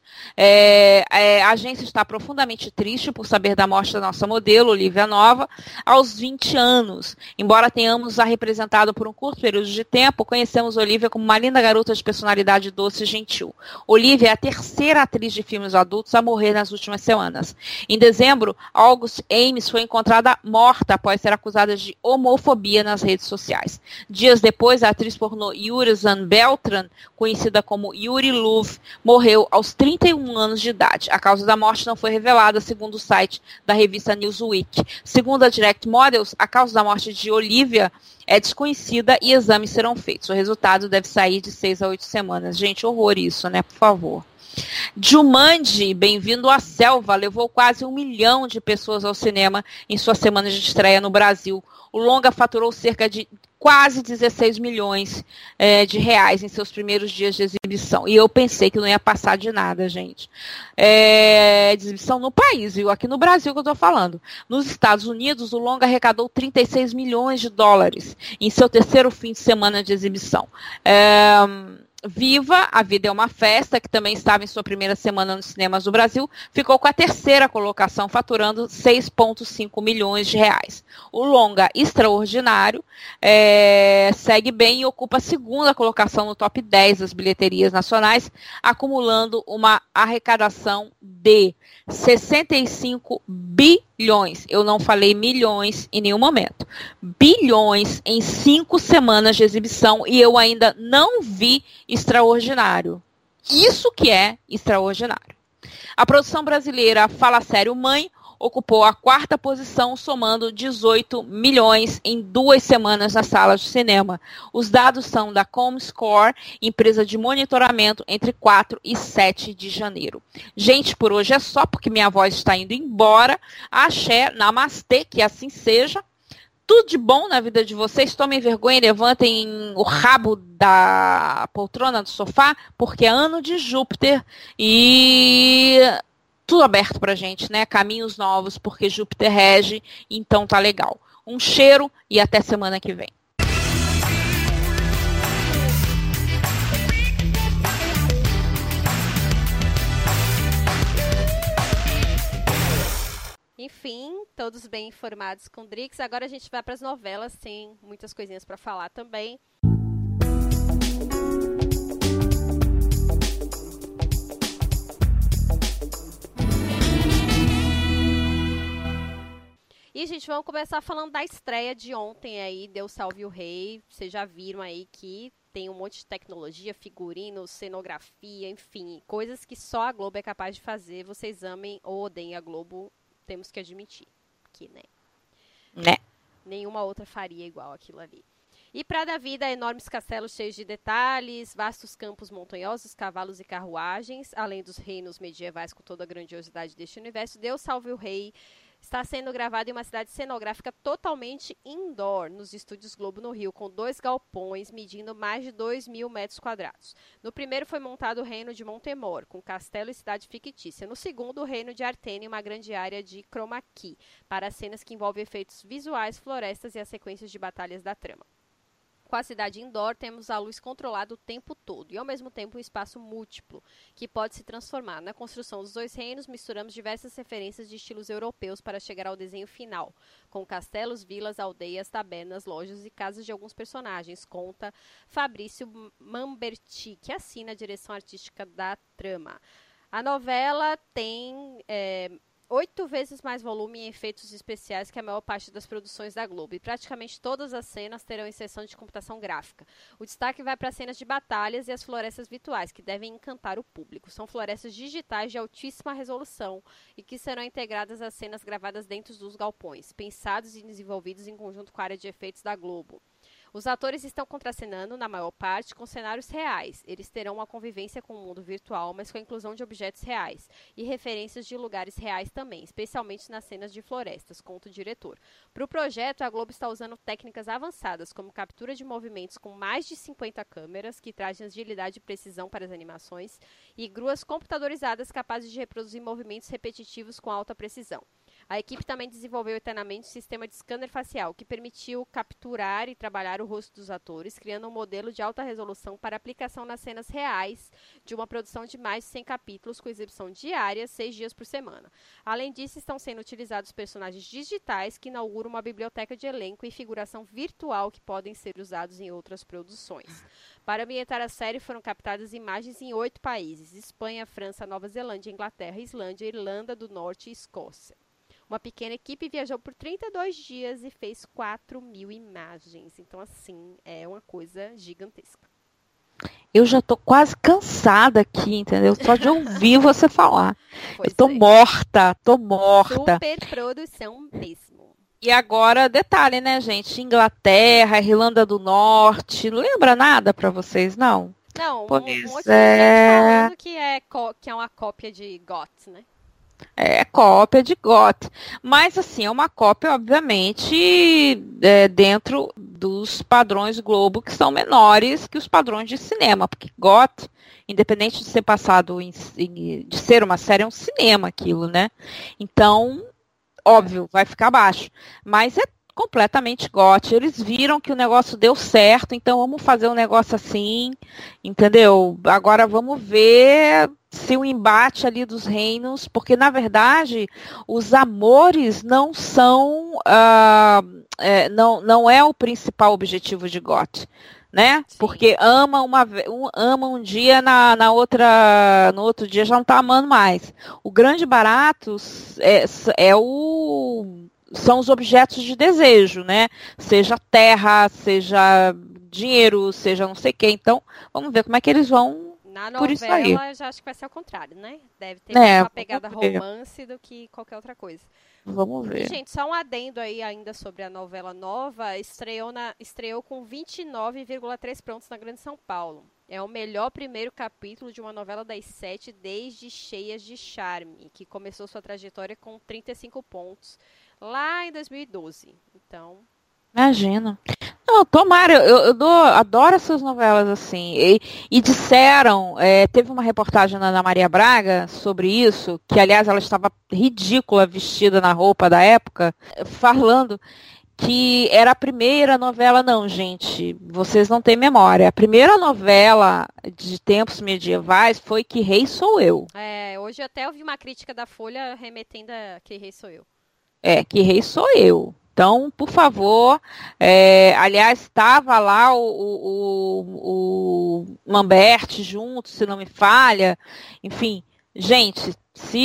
É, é, a agência está profundamente triste por saber da morte da nossa modelo, Olivia Nova, aos vinte anos. Embora tenhamos a representado por um curto período de tempo, conhecemos Olivia como uma linda garota de personalidade doce e gentil. Olivia é a terceira atriz de filmes adultos a morrer nas últimas semanas. Em dezembro, August Ames foi encontrada morta após ser acusada de homofobia nas redes sociais. Dias depois, a atriz pornô Yurizan Beltran, conhecida como Yuri Luv, morreu aos trinta e um anos de idade. A causa da morte não foi revelada, segundo o site da revista Newsweek. Segundo a Direct Models, a causa da morte de Olivia é desconhecida e exames serão feitos. O resultado deve sair de seis a oito semanas. Gente, horror isso, né? Por favor. Jumanji, Bem-vindo à Selva, levou quase um milhão de pessoas ao cinema em sua semana de estreia no Brasil. O longa faturou cerca de quase dezesseis milhões é, de reais em seus primeiros dias de exibição. E eu pensei que não ia passar de nada, gente. É, de exibição no país, viu? Aqui no Brasil que eu estou falando. Nos Estados Unidos, o longa arrecadou trinta e seis milhões de dólares em seu terceiro fim de semana de exibição. É... Viva, A Vida é uma Festa, que também estava em sua primeira semana nos cinemas do Brasil, ficou com a terceira colocação, faturando seis vírgula cinco milhões de reais. O longa Extraordinário é, segue bem e ocupa a segunda colocação no top dez das bilheterias nacionais, acumulando uma arrecadação de sessenta e cinco bilhões. Eu não falei milhões em nenhum momento. Bilhões em cinco semanas de exibição e eu ainda não vi Extraordinário. Isso que é extraordinário. A produção brasileira Fala Sério Mãe ocupou a quarta posição, somando dezoito milhões em duas semanas nas salas de cinema. Os dados são da Comscore, empresa de monitoramento, entre quatro e sete de janeiro. Gente, por hoje é só, porque minha voz está indo embora. Axé, namastê, que assim seja. Tudo de bom na vida de vocês. Tomem vergonha e levantem o rabo da poltrona do sofá, porque é ano de Júpiter e tudo aberto pra gente, né? Caminhos novos, porque Júpiter rege, então tá legal. Um cheiro e até semana que vem. Enfim, todos bem informados com o Drix. Agora a gente vai para as novelas, tem muitas coisinhas para falar também. E, gente, vamos começar falando da estreia de ontem aí, Deus Salve o Rei. Vocês já viram aí que tem um monte de tecnologia, figurino, cenografia, enfim, coisas que só a Globo é capaz de fazer. Vocês amem ou odeiem a Globo, temos que admitir que, né? Né? Nenhuma outra faria igual aquilo ali. E para da vida, enormes castelos cheios de detalhes, vastos campos montanhosos, cavalos e carruagens, além dos reinos medievais com toda a grandiosidade deste universo, Deus Salve o Rei está sendo gravado em uma cidade cenográfica totalmente indoor, nos estúdios Globo no Rio, com dois galpões medindo mais de dois mil metros quadrados. No primeiro foi montado o reino de Montemor, com castelo e cidade fictícia. No segundo, o reino de Artene, uma grande área de chroma key, para cenas que envolvem efeitos visuais, florestas e as sequências de batalhas da trama. Com a cidade indoor, temos a luz controlada o tempo todo e, ao mesmo tempo, um espaço múltiplo, que pode se transformar. Na construção dos dois reinos, misturamos diversas referências de estilos europeus para chegar ao desenho final, com castelos, vilas, aldeias, tabernas, lojas e casas de alguns personagens, conta Fabrício Mamberti, que assina a direção artística da trama. A novela tem É, oito vezes mais volume em efeitos especiais que a maior parte das produções da Globo, e praticamente todas as cenas terão inserção de computação gráfica. O destaque vai para as cenas de batalhas e as florestas virtuais, que devem encantar o público. São florestas digitais de altíssima resolução e que serão integradas às cenas gravadas dentro dos galpões, pensados e desenvolvidos em conjunto com a área de efeitos da Globo. Os atores estão contracenando, na maior parte, com cenários reais. Eles terão uma convivência com o mundo virtual, mas com a inclusão de objetos reais e referências de lugares reais também, especialmente nas cenas de florestas, conta o diretor. Para o projeto, a Globo está usando técnicas avançadas, como captura de movimentos com mais de cinquenta câmeras, que trazem agilidade e precisão para as animações, e gruas computadorizadas capazes de reproduzir movimentos repetitivos com alta precisão. A equipe também desenvolveu eternamente um sistema de scanner facial, que permitiu capturar e trabalhar o rosto dos atores, criando um modelo de alta resolução para aplicação nas cenas reais de uma produção de mais de cem capítulos, com exibição diária, seis dias por semana. Além disso, estão sendo utilizados personagens digitais que inauguram uma biblioteca de elenco e figuração virtual que podem ser usados em outras produções. Para ambientar a série, foram captadas imagens em oito países: Espanha, França, Nova Zelândia, Inglaterra, Islândia, Irlanda do Norte e Escócia. Uma pequena equipe viajou por trinta e dois dias e fez quatro mil imagens. Então, assim, é uma coisa gigantesca. Eu já tô quase cansada aqui, entendeu? Só de ouvir você falar. Pois eu tô é. morta, tô morta. Super produção mesmo. E agora, detalhe, né, gente? Inglaterra, Irlanda do Norte, não lembra nada pra vocês, não? Não, um, Pois um monte de é. gente falando que é, co- que é uma cópia de G O T, né? É cópia de G O T. Mas, assim, é uma cópia, obviamente, é, dentro dos padrões Globo, que são menores que os padrões de cinema. Porque G O T, independente de ser passado, em, em- de ser uma série, é um cinema aquilo, né? Então, óbvio, vai ficar baixo. Mas é completamente gote. Eles viram que o negócio deu certo, então vamos fazer um negócio assim, entendeu? Agora vamos ver se o embate ali dos reinos, porque na verdade os amores não são, ah, é, não, não é o principal objetivo de gote. Né? Sim. Porque ama uma um, ama um dia, na, na outra, no outro dia já não está amando mais. O grande barato é, é o, são os objetos de desejo, né? Seja terra, seja dinheiro, seja não sei o quê. Então, vamos ver como é que eles vão Na por isso aí. novela, eu já acho que vai ser ao contrário, né? Deve ter É, mais uma vamos pegada ver. romance do que qualquer outra coisa. Vamos E, ver. gente, só um adendo aí ainda sobre a novela nova, estreou, na, estreou com vinte e nove vírgula três pontos na Grande São Paulo. É o melhor primeiro capítulo de uma novela das sete desde Cheias de Charme, que começou sua trajetória com trinta e cinco pontos lá em dois mil e doze. Então, Imagina. Não, tomara, eu, eu dou, adoro essas novelas assim. E, e disseram, é, teve uma reportagem na Ana Maria Braga sobre isso, que aliás ela estava ridícula vestida na roupa da época, falando que era a primeira novela. Não, gente, vocês não têm memória. A primeira novela de tempos medievais foi Que Rei Sou Eu. é, hoje até eu vi uma crítica da Folha remetendo a Que Rei Sou Eu. É, Que Rei Sou Eu. Então, por favor, é, aliás, estava lá o, o, o, o Lamberti junto, se não me falha. Enfim, gente,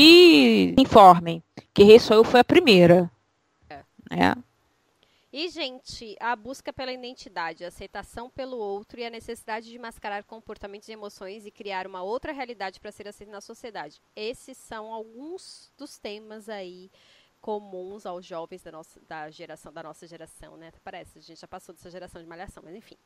se informem. Que Rei Sou Eu foi a primeira. É. Né? E, gente, a busca pela identidade, a aceitação pelo outro e a necessidade de mascarar comportamentos e emoções e criar uma outra realidade para ser aceita na sociedade. Esses são alguns dos temas aí comuns aos jovens da nossa da geração da nossa geração, né? Parece, a gente já passou dessa geração de Malhação, mas enfim.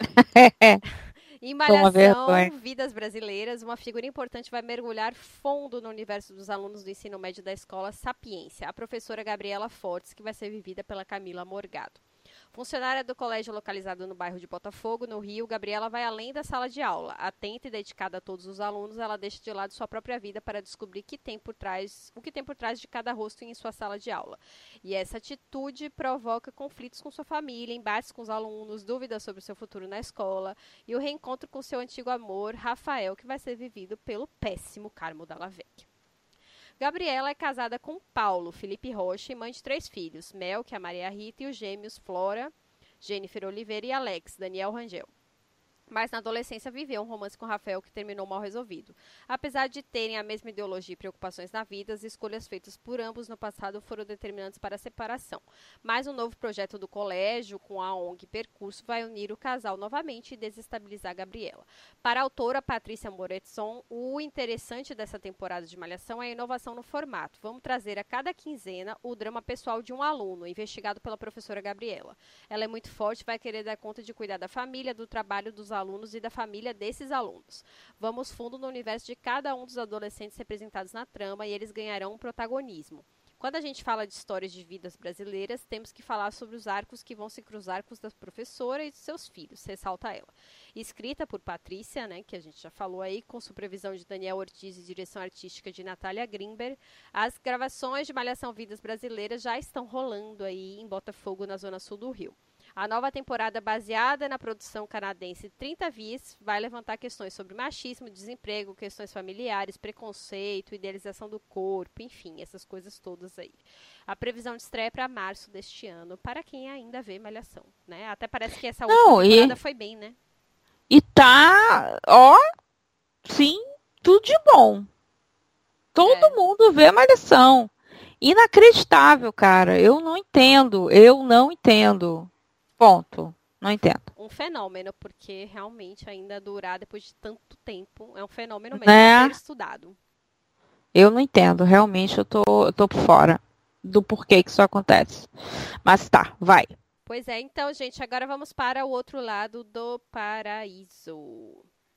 Em Malhação, Vidas Brasileiras, uma figura importante vai mergulhar fundo no universo dos alunos do ensino médio da escola Sapiência, a professora Gabriela Fortes, que vai ser vivida pela Camila Morgado. Funcionária do colégio localizado no bairro de Botafogo, no Rio, Gabriela vai além da sala de aula. Atenta e dedicada a todos os alunos, ela deixa de lado sua própria vida para descobrir que tem por trás, o que tem por trás de cada rosto em sua sala de aula. E essa atitude provoca conflitos com sua família, embates com os alunos, dúvidas sobre o seu futuro na escola e o reencontro com seu antigo amor, Rafael, que vai ser vivido pelo péssimo Carmo Dalla Vecchia. Gabriela é casada com Paulo Felipe Rocha e mãe de três filhos, Mel, que é a Maria Rita, e os gêmeos Flora, Jennifer Oliveira e Alex, Daniel Rangel. Mas na adolescência viveu um romance com Rafael que terminou mal resolvido. Apesar de terem a mesma ideologia e preocupações na vida, as escolhas feitas por ambos no passado foram determinantes para a separação. Mas um novo projeto do colégio, com a O N G Percurso, vai unir o casal novamente e desestabilizar Gabriela. Para a autora Patrícia Moretson, o interessante dessa temporada de Malhação é a inovação no formato. Vamos trazer a cada quinzena o drama pessoal de um aluno, investigado pela professora Gabriela. Ela é muito forte e vai querer dar conta de cuidar da família, do trabalho dos alunos, alunos e da família desses alunos. Vamos fundo no universo de cada um dos adolescentes representados na trama e eles ganharão um protagonismo. Quando a gente fala de histórias de vidas brasileiras, temos que falar sobre os arcos que vão se cruzar com os da professora e de seus filhos, ressalta ela. Escrita por Patrícia, né, que a gente já falou aí, com supervisão de Daniel Ortiz e direção artística de Natália Grimber, as gravações de Malhação Vidas Brasileiras já estão rolando aí em Botafogo, na zona sul do Rio. A nova temporada, baseada na produção canadense trinta Vias, vai levantar questões sobre machismo, desemprego, questões familiares, preconceito, idealização do corpo, enfim, essas coisas todas aí. A previsão de estreia é para março deste ano, para quem ainda vê Malhação, né? Até parece que essa última Não, temporada e, foi bem, né? E tá, ó, sim, tudo de bom. Todo É. mundo vê Malhação. Inacreditável, cara. Eu não entendo, eu não entendo. Ponto. Não entendo. Um fenômeno, porque realmente ainda durar depois de tanto tempo é um fenômeno mesmo Né? a ser estudado. Eu não entendo. Realmente eu tô, eu tô por fora do porquê que isso acontece. Mas tá, vai. Pois é, então, gente, agora vamos para o outro lado do paraíso.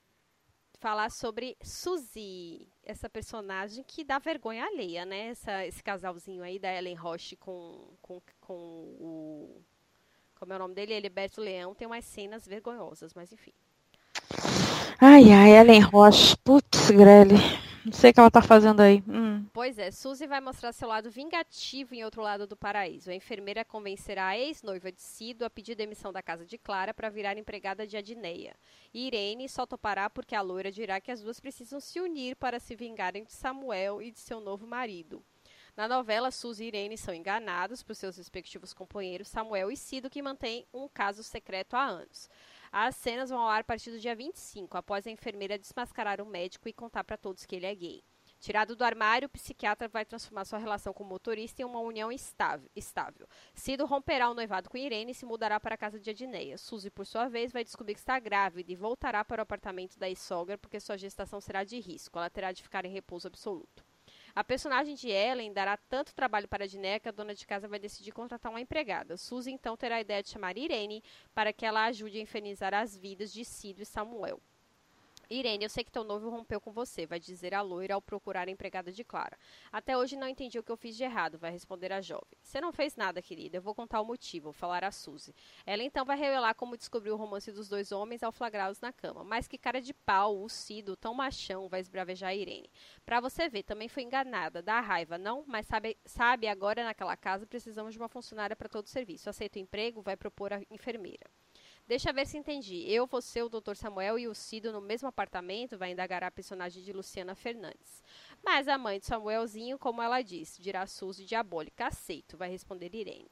Falar sobre Suzy, essa personagem que dá vergonha alheia, né? Essa, esse casalzinho aí da Ellen Roche com, com, com o... Como é o nome dele? Heriberto Leão. Tem umas cenas vergonhosas, mas enfim. Ai, ai, Ellen Roche. Putz, Grelly. Não sei o que ela tá fazendo aí. Hum. Pois é, Suzy vai mostrar seu lado vingativo em outro lado do paraíso. A enfermeira convencerá a ex-noiva de Cido a pedir demissão da casa de Clara para virar empregada de Adneia. E Irene só topará porque a loira dirá que as duas precisam se unir para se vingarem de Samuel e de seu novo marido. Na novela, Suzy e Irene são enganados por seus respectivos companheiros Samuel e Cido, que mantêm um caso secreto há anos. As cenas vão ao ar a partir do dia vinte e cinco, após a enfermeira desmascarar o médico e contar para todos que ele é gay. Tirado do armário, o psiquiatra vai transformar sua relação com o motorista em uma união estável. estável. Cido romperá o noivado com Irene e se mudará para a casa de Adneia. Suzy, por sua vez, vai descobrir que está grávida e voltará para o apartamento da ex-sogra porque sua gestação será de risco. Ela terá de ficar em repouso absoluto. A personagem de Ellen dará tanto trabalho para Adneia que a dona de casa vai decidir contratar uma empregada. Suzy, então, terá a ideia de chamar Irene para que ela ajude a infernizar as vidas de Cido e Samuel. Irene, eu sei que teu noivo rompeu com você, vai dizer a loira ao procurar a empregada de Clara. Até hoje não entendi o que eu fiz de errado, vai responder a jovem. Você não fez nada, querida, eu vou contar o motivo, falar a Suzy. Ela então vai revelar como descobriu o romance dos dois homens ao flagrá-los na cama. Mas que cara de pau, o Cido, tão machão, vai esbravejar a Irene. Pra você ver, também foi enganada, dá raiva, não? Mas sabe, sabe agora naquela casa precisamos de uma funcionária para todo o serviço. Aceita o emprego? Vai propor a enfermeira. Deixa ver se entendi. Eu, você, o doutor Samuel e o Cido no mesmo apartamento, vai indagar a personagem de Luciana Fernandes. Mas a mãe de Samuelzinho, como ela disse, dirá Suzy diabólica. Aceito, vai responder Irene.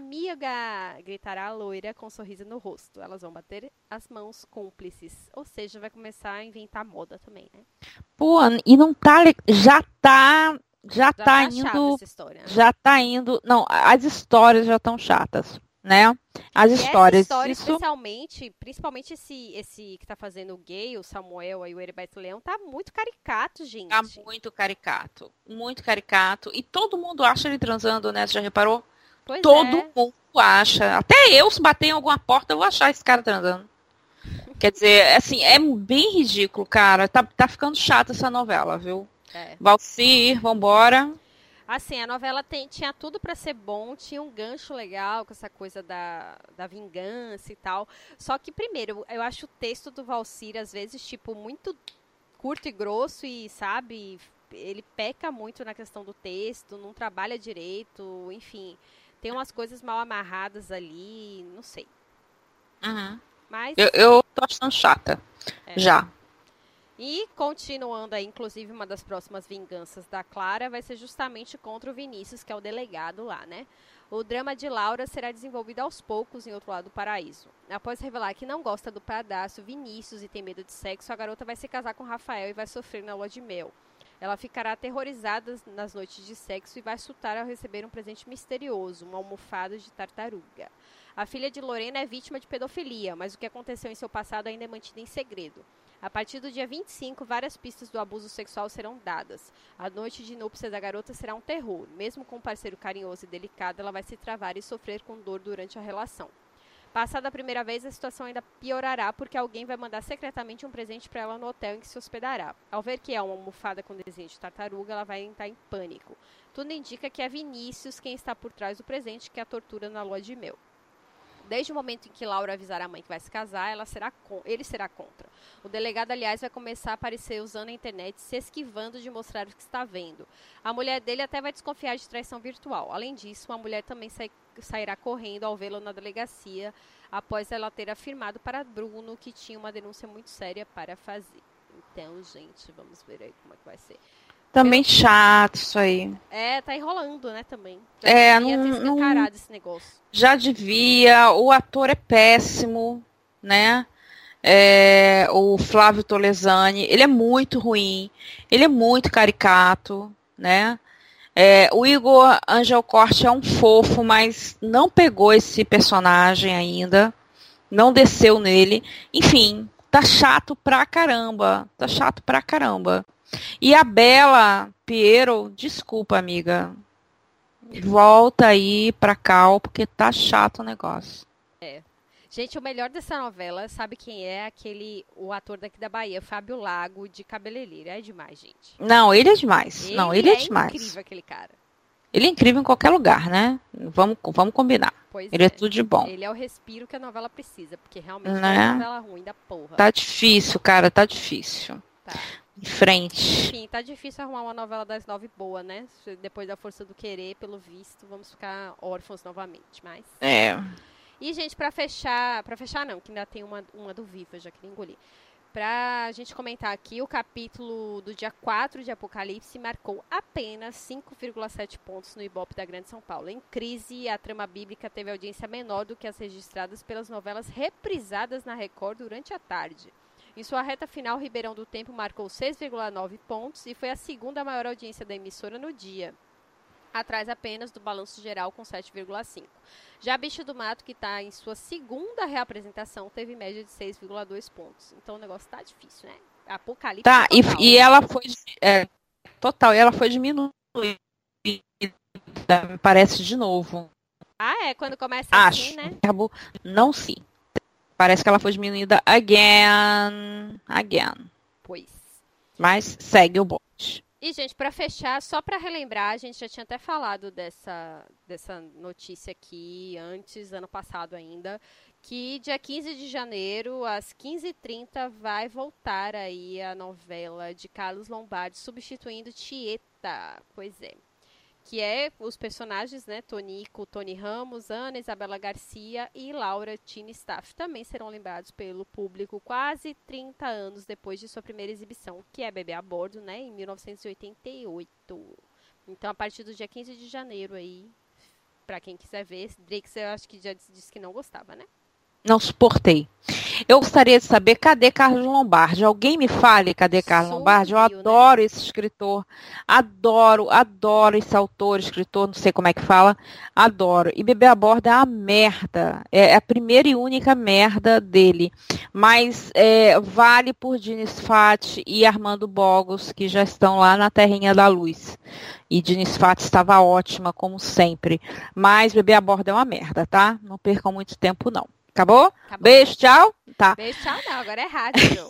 Amiga! Gritará a loira com um sorriso no rosto. Elas vão bater as mãos cúmplices. Ou seja, vai começar a inventar moda também, né? Pô, e não tá. Já tá. Já, já tá, tá indo. Essa história, né? Já tá indo. Não, as histórias já estão chatas. Né? As e histórias. Essa história, isso... especialmente, principalmente esse, esse que tá fazendo o gay, o Samuel e o Heriberto Leão, tá muito caricato, gente. Tá muito caricato. Muito caricato. E todo mundo acha ele transando, né? Você já reparou? Pois todo é. mundo acha. Até eu, se bater em alguma porta, eu vou achar esse cara transando. Quer dizer, assim, é bem ridículo, cara. Tá, tá ficando chata essa novela, viu? É. Valcir, vambora. Assim, a novela tem, tinha tudo pra ser bom, tinha um gancho legal com essa coisa da, da vingança e tal. Só que, primeiro, eu acho o texto do Valcir, às vezes, tipo, muito curto e grosso e, sabe, ele peca muito na questão do texto, não trabalha direito, enfim. Tem umas coisas mal amarradas ali, não sei. Uhum. Mas... Eu, eu tô achando chata, é. já. E, continuando aí, inclusive, uma das próximas vinganças da Clara vai ser justamente contra o Vinícius, que é o delegado lá, né? O drama de Laura será desenvolvido aos poucos em Outro Lado do Paraíso. Após revelar que não gosta do padrasto Vinícius e tem medo de sexo, a garota vai se casar com Rafael e vai sofrer na lua de mel. Ela ficará aterrorizada nas noites de sexo e vai surtar ao receber um presente misterioso, uma almofada de tartaruga. A filha de Lorena é vítima de pedofilia, mas o que aconteceu em seu passado ainda é mantido em segredo. A partir do dia vinte e cinco, várias pistas do abuso sexual serão dadas. A noite de núpcias da garota será um terror. Mesmo com um parceiro carinhoso e delicado, ela vai se travar e sofrer com dor durante a relação. Passada a primeira vez, a situação ainda piorará porque alguém vai mandar secretamente um presente para ela no hotel em que se hospedará. Ao ver que é uma almofada com desenho de tartaruga, ela vai entrar em pânico. Tudo indica que é Vinícius quem está por trás do presente que a tortura na lua de mel. Desde o momento em que Laura avisar a mãe que vai se casar, ela será con- ele será contra. O delegado, aliás, vai começar a aparecer usando a internet, se esquivando de mostrar o que está vendo. A mulher dele até vai desconfiar de traição virtual. Além disso, a mulher também sai- sairá correndo ao vê-lo na delegacia, após ela ter afirmado para Bruno que tinha uma denúncia muito séria para fazer. Então, gente, vamos ver aí como é que vai ser. Também Pelo... chato isso aí. É, tá enrolando, né, também. Já é, devia não, ter encarado esse negócio. Já devia, o ator é péssimo, né? É, o Flávio Tolesani, ele é muito ruim, ele é muito caricato, né? É, o Igor Angelcourt é um fofo, mas não pegou esse personagem ainda, não desceu nele. Enfim, tá chato pra caramba, tá chato pra caramba. E a Bela Piero, desculpa, amiga, volta aí pra Cal, porque tá chato o negócio. É. Gente, o melhor dessa novela, sabe quem é? Aquele, o ator daqui da Bahia, Fábio Lago, de Cabeleireiro. É demais, gente. Não, ele é demais. Ele Não, ele é, é demais. incrível, aquele cara. Ele é incrível em qualquer lugar, né? Vamos, vamos combinar. Pois ele é. é tudo de bom. Ele é o respiro que a novela precisa, porque realmente né? é uma novela ruim da porra. Tá difícil, cara, tá difícil. Tá. em frente. Enfim, tá difícil arrumar uma novela das nove boa, né? Depois da Força do Querer, pelo visto, vamos ficar órfãos novamente, mas... É. E, gente, pra fechar... Pra fechar, não, que ainda tem uma, uma do Viva, já que nem engoli. Pra gente comentar aqui, o capítulo do dia quatro de Apocalipse marcou apenas cinco vírgula sete pontos no Ibope da Grande São Paulo. Em crise, a trama bíblica teve audiência menor do que as registradas pelas novelas reprisadas na Record durante a tarde. Em sua reta final, Ribeirão do Tempo marcou seis vírgula nove pontos e foi a segunda maior audiência da emissora no dia, atrás apenas do Balanço Geral com sete vírgula cinco. Já Bicho do Mato, que está em sua segunda reapresentação, teve média de seis vírgula dois pontos. Então o negócio tá difícil, né? Apocalipse Tá, e, total. e ela foi é, total, e ela foi diminuindo, me parece de novo. Ah, é? Quando começa Acho. assim, né? Verbo não sim. Parece que ela foi diminuída again, again. Pois. Mas segue o bote. E, gente, para fechar, só para relembrar, a gente já tinha até falado dessa, dessa notícia aqui antes, ano passado ainda, que dia quinze de janeiro, às quinze e trinta, vai voltar aí a novela de Carlos Lombardi, substituindo Tieta. Pois é. Que é os personagens, né, Tonico, Tony Ramos, Ana Isabela Garcia e Laura Tini Staff. Também serão lembrados pelo público quase trinta anos depois de sua primeira exibição, que é Bebê a Bordo, né, em mil novecentos e oitenta e oito. Então, a partir do dia quinze de janeiro aí, pra quem quiser ver, Drix, eu acho que já disse que não gostava, né? Não suportei. Eu gostaria de saber, cadê Carlos Lombardi? Alguém me fale, cadê Carlos Sumiu, Lombardi? Eu adoro, né, esse escritor. Adoro, adoro esse autor, escritor, não sei como é que fala. Adoro. E Bebê a Bordo é uma merda. É a primeira e única merda dele. Mas é, vale por Diniz Fati e Armando Bogos, que já estão lá na Terrinha da Luz. E Diniz Fati estava ótima, como sempre. Mas Bebê a Bordo é uma merda, tá? Não percam muito tempo, não. Acabou? Acabou. Beijo, tchau. Tá. Beijo, tchau, não. Agora é rádio.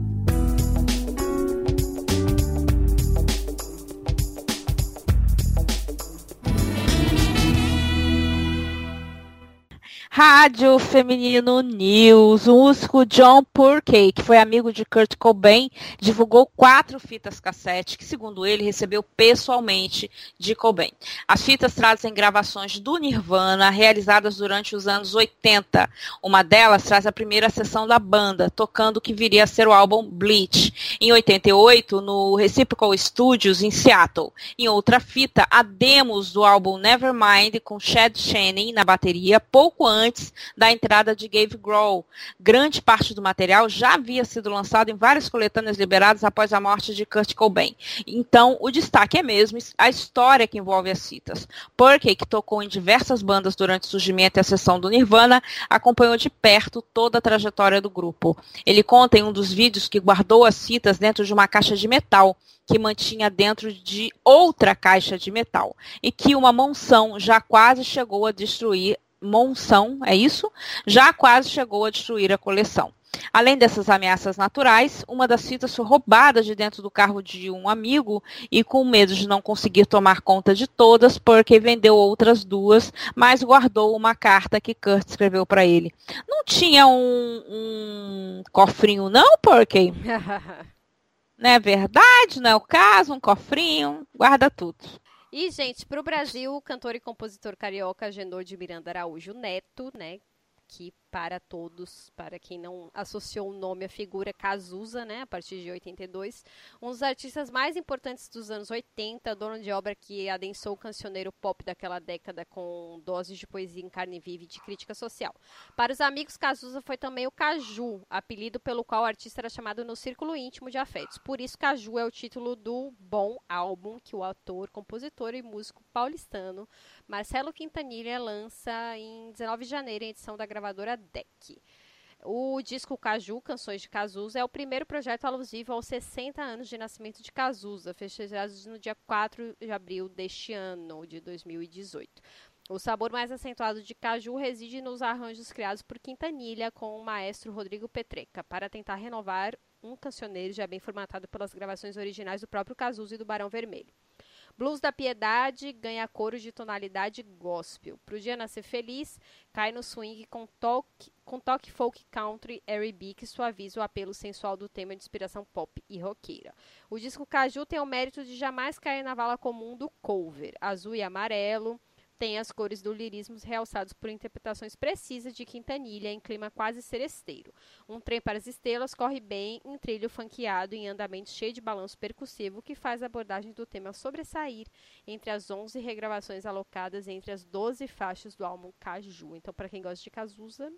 Rádio Feminino News. O músico John Purkey, que foi amigo de Kurt Cobain, divulgou quatro fitas cassete que, segundo ele, recebeu pessoalmente de Cobain. As fitas trazem gravações do Nirvana realizadas durante os anos oitenta. Uma delas traz a primeira sessão da banda, tocando o que viria a ser o álbum Bleach, em oitenta e oito, no Reciprocal Studios, em Seattle. Em outra fita, há demos do álbum Nevermind, com Chad Channing na bateria, pouco antes antes da entrada de Dave Grohl. Grande parte do material já havia sido lançado em várias coletâneas liberadas após a morte de Kurt Cobain. Então, o destaque é mesmo a história que envolve as fitas. Purkey, que tocou em diversas bandas durante o surgimento e a sessão do Nirvana, acompanhou de perto toda a trajetória do grupo. Ele conta em um dos vídeos que guardou as fitas dentro de uma caixa de metal, que mantinha dentro de outra caixa de metal, e que uma monção já quase chegou a destruir monção, é isso? Já quase chegou a destruir a coleção. Além dessas ameaças naturais, uma das fitas foi roubada de dentro do carro de um amigo e, com medo de não conseguir tomar conta de todas, Purkey vendeu outras duas, mas guardou uma carta que Kurt escreveu para ele. Não tinha um, um cofrinho não, Purkey? Não é verdade? Não é o caso? Um cofrinho? Guarda tudo. E, gente, para o Brasil, o cantor e compositor carioca Agenor de Miranda Araújo Neto, né, que para todos, para quem não associou o nome à figura Cazuza, né, a partir de oitenta e dois, um dos artistas mais importantes dos anos oitenta, dono de obra que adensou o cancioneiro pop daquela década com doses de poesia em carne viva e de crítica social. Para os amigos, Cazuza foi também o Caju, apelido pelo qual o artista era chamado no círculo íntimo de afetos. Por isso, Caju é o título do bom álbum que o autor, compositor e músico paulistano Marcelo Quintanilha lança em dezenove de janeiro, em edição da gravadora D E C. O disco Caju, Canções de Cazuza, é o primeiro projeto alusivo aos sessenta anos de nascimento de Cazuza, festejados no dia quatro de abril deste ano, de dois mil e dezoito. O sabor mais acentuado de Caju reside nos arranjos criados por Quintanilha com o maestro Rodrigo Petreca, para tentar renovar um cancioneiro já bem formatado pelas gravações originais do próprio Cazuza e do Barão Vermelho. Blues da Piedade ganha coro de tonalidade gospel. Pro Dia Nascer Feliz, cai no swing com toque, com toque folk country R e B que suaviza o apelo sensual do tema de inspiração pop e roqueira. O disco Caju tem o mérito de jamais cair na vala comum do cover. Azul e amarelo tem as cores do lirismo realçados por interpretações precisas de Quintanilha em clima quase seresteiro. Um trem para as estrelas corre bem em trilho funkeado em andamento cheio de balanço percussivo que faz a abordagem do tema sobressair entre as onze regravações alocadas entre as doze faixas do álbum Caju. Então, para quem gosta de Cazuza...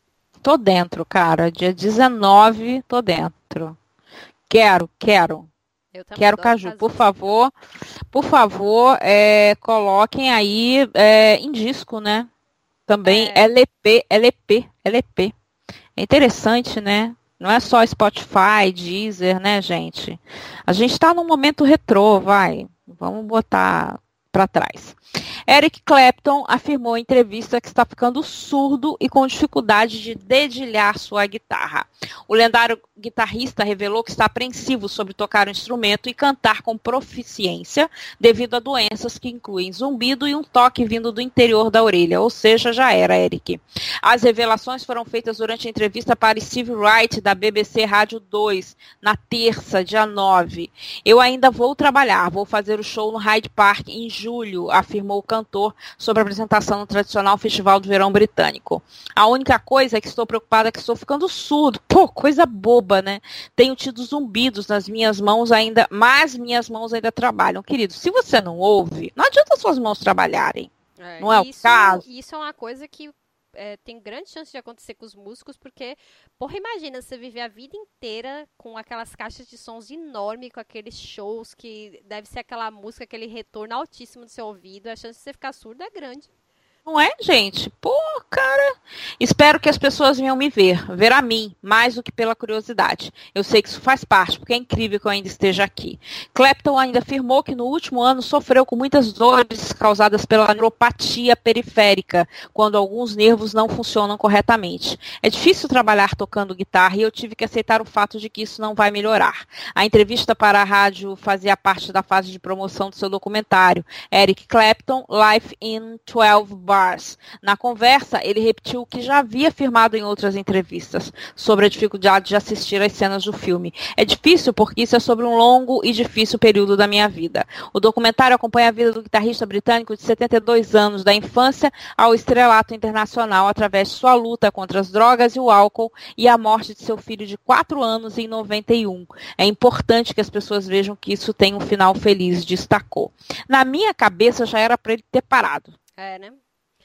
Tô dentro, cara. Dia dezenove, tô dentro. Quero, quero. Eu também Quero adoro Caju. Cazuza. Por favor, por favor, é, coloquem aí é, em disco, né? Também É. L P, L P, L P. É interessante, né? Não é só Spotify, Deezer, né, gente? A gente tá num momento retrô, vai. Vamos botar para trás. Eric Clapton afirmou em entrevista que está ficando surdo e com dificuldade de dedilhar sua guitarra. O lendário guitarrista revelou que está apreensivo sobre tocar o instrumento e cantar com proficiência devido a doenças que incluem zumbido e um toque vindo do interior da orelha, ou seja, já era, Eric. As revelações foram feitas durante a entrevista para Steve Wright, da B B C Rádio dois, na terça, dia nove. Eu ainda vou trabalhar, vou fazer o show no Hyde Park em julho, afirmou o cantor sobre a apresentação no tradicional Festival do Verão Britânico. A única coisa é que estou preocupada é que estou ficando surdo. Pô, coisa boba, né? Tenho tido zumbidos nas minhas mãos ainda, mas minhas mãos ainda trabalham. Querido, se você não ouve, não adianta suas mãos trabalharem. É, não é isso, o caso? Isso é uma coisa que é, tem grande chance de acontecer com os músicos, porque, porra, imagina você viver a vida inteira com aquelas caixas de sons enormes, com aqueles shows que deve ser aquela música, aquele retorno altíssimo do seu ouvido, a chance de você ficar surdo é grande. Não é, gente? Pô, cara. Espero que as pessoas venham me ver, ver a mim, mais do que pela curiosidade. Eu sei que isso faz parte, porque é incrível que eu ainda esteja aqui. Clapton ainda afirmou que no último ano sofreu com muitas dores causadas pela neuropatia periférica, quando alguns nervos não funcionam corretamente. É difícil trabalhar tocando guitarra e eu tive que aceitar o fato de que isso não vai melhorar. A entrevista para a rádio fazia parte da fase de promoção do seu documentário, Eric Clapton, Life in twelve Bars. Na conversa, ele repetiu o que já havia afirmado em outras entrevistas sobre a dificuldade de assistir às cenas do filme. É difícil porque isso é sobre um longo e difícil período da minha vida. O documentário acompanha a vida do guitarrista britânico de setenta e dois anos, da infância ao estrelato internacional, através de sua luta contra as drogas e o álcool e a morte de seu filho de quatro anos em noventa e um. É importante que as pessoas vejam que isso tem um final feliz, destacou. Na minha cabeça já era para ele ter parado. É, né?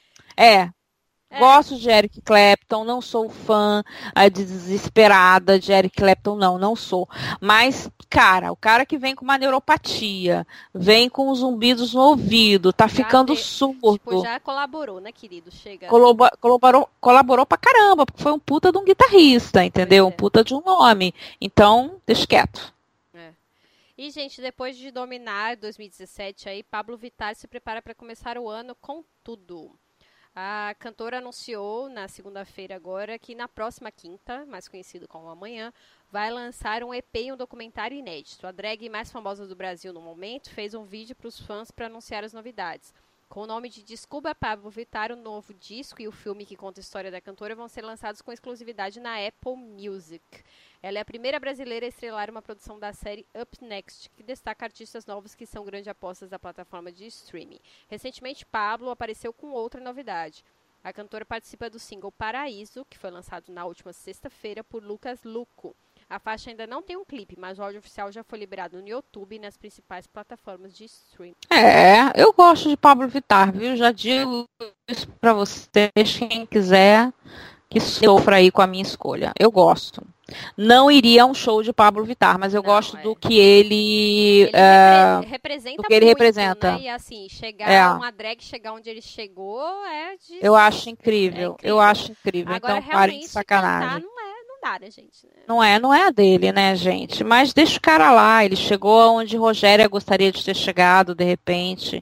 É, É. gosto de Eric Clapton, não sou fã é, desesperada de Eric Clapton, não, não sou. Mas, cara, o cara que vem com uma neuropatia, vem com os zumbidos no ouvido, tá Já ficando te- surdo. Tipo, já colaborou, né, querido? Chega. Coloba- Colaborou, colaborou pra caramba, porque foi um puta de um guitarrista, entendeu? Pois é. Um puta de um nome. Então, deixa quieto. É. E, gente, depois de dominar dois mil e dezessete, aí, Pablo Vittar se prepara para começar o ano com tudo. A cantora anunciou na segunda-feira agora que na próxima quinta, mais conhecido como amanhã, vai lançar um E P e um documentário inédito. A drag mais famosa do Brasil no momento fez um vídeo para os fãs para anunciar as novidades. Com o nome de Descubra Pablo Vittar, o novo disco e o filme que conta a história da cantora vão ser lançados com exclusividade na Apple Music. Ela é a primeira brasileira a estrelar uma produção da série Up Next, que destaca artistas novos que são grandes apostas da plataforma de streaming. Recentemente, Pablo apareceu com outra novidade. A cantora participa do single Paraíso, que foi lançado na última sexta-feira por Lucas Luco. A faixa ainda não tem um clipe, mas o áudio oficial já foi liberado no YouTube e nas principais plataformas de streaming. É, eu gosto de Pablo Vittar, viu? Já digo isso pra vocês, quem quiser que sofra aí com a minha escolha. Eu gosto. Não iria a um show de Pablo Vittar, mas eu Não, gosto é. do que ele... Ele é, repre- representa do que ele muito, representa. né? E assim, chegar, É. uma drag chegar onde ele chegou é de... Eu acho incrível, É incrível. eu acho incrível. Agora, Então, parem de realmente, sacanagem. cantar não é, não dá, né, gente? Não é, não é a dele, né, gente? Mas deixa o cara lá, ele chegou onde Rogéria gostaria de ter chegado, de repente. Sim.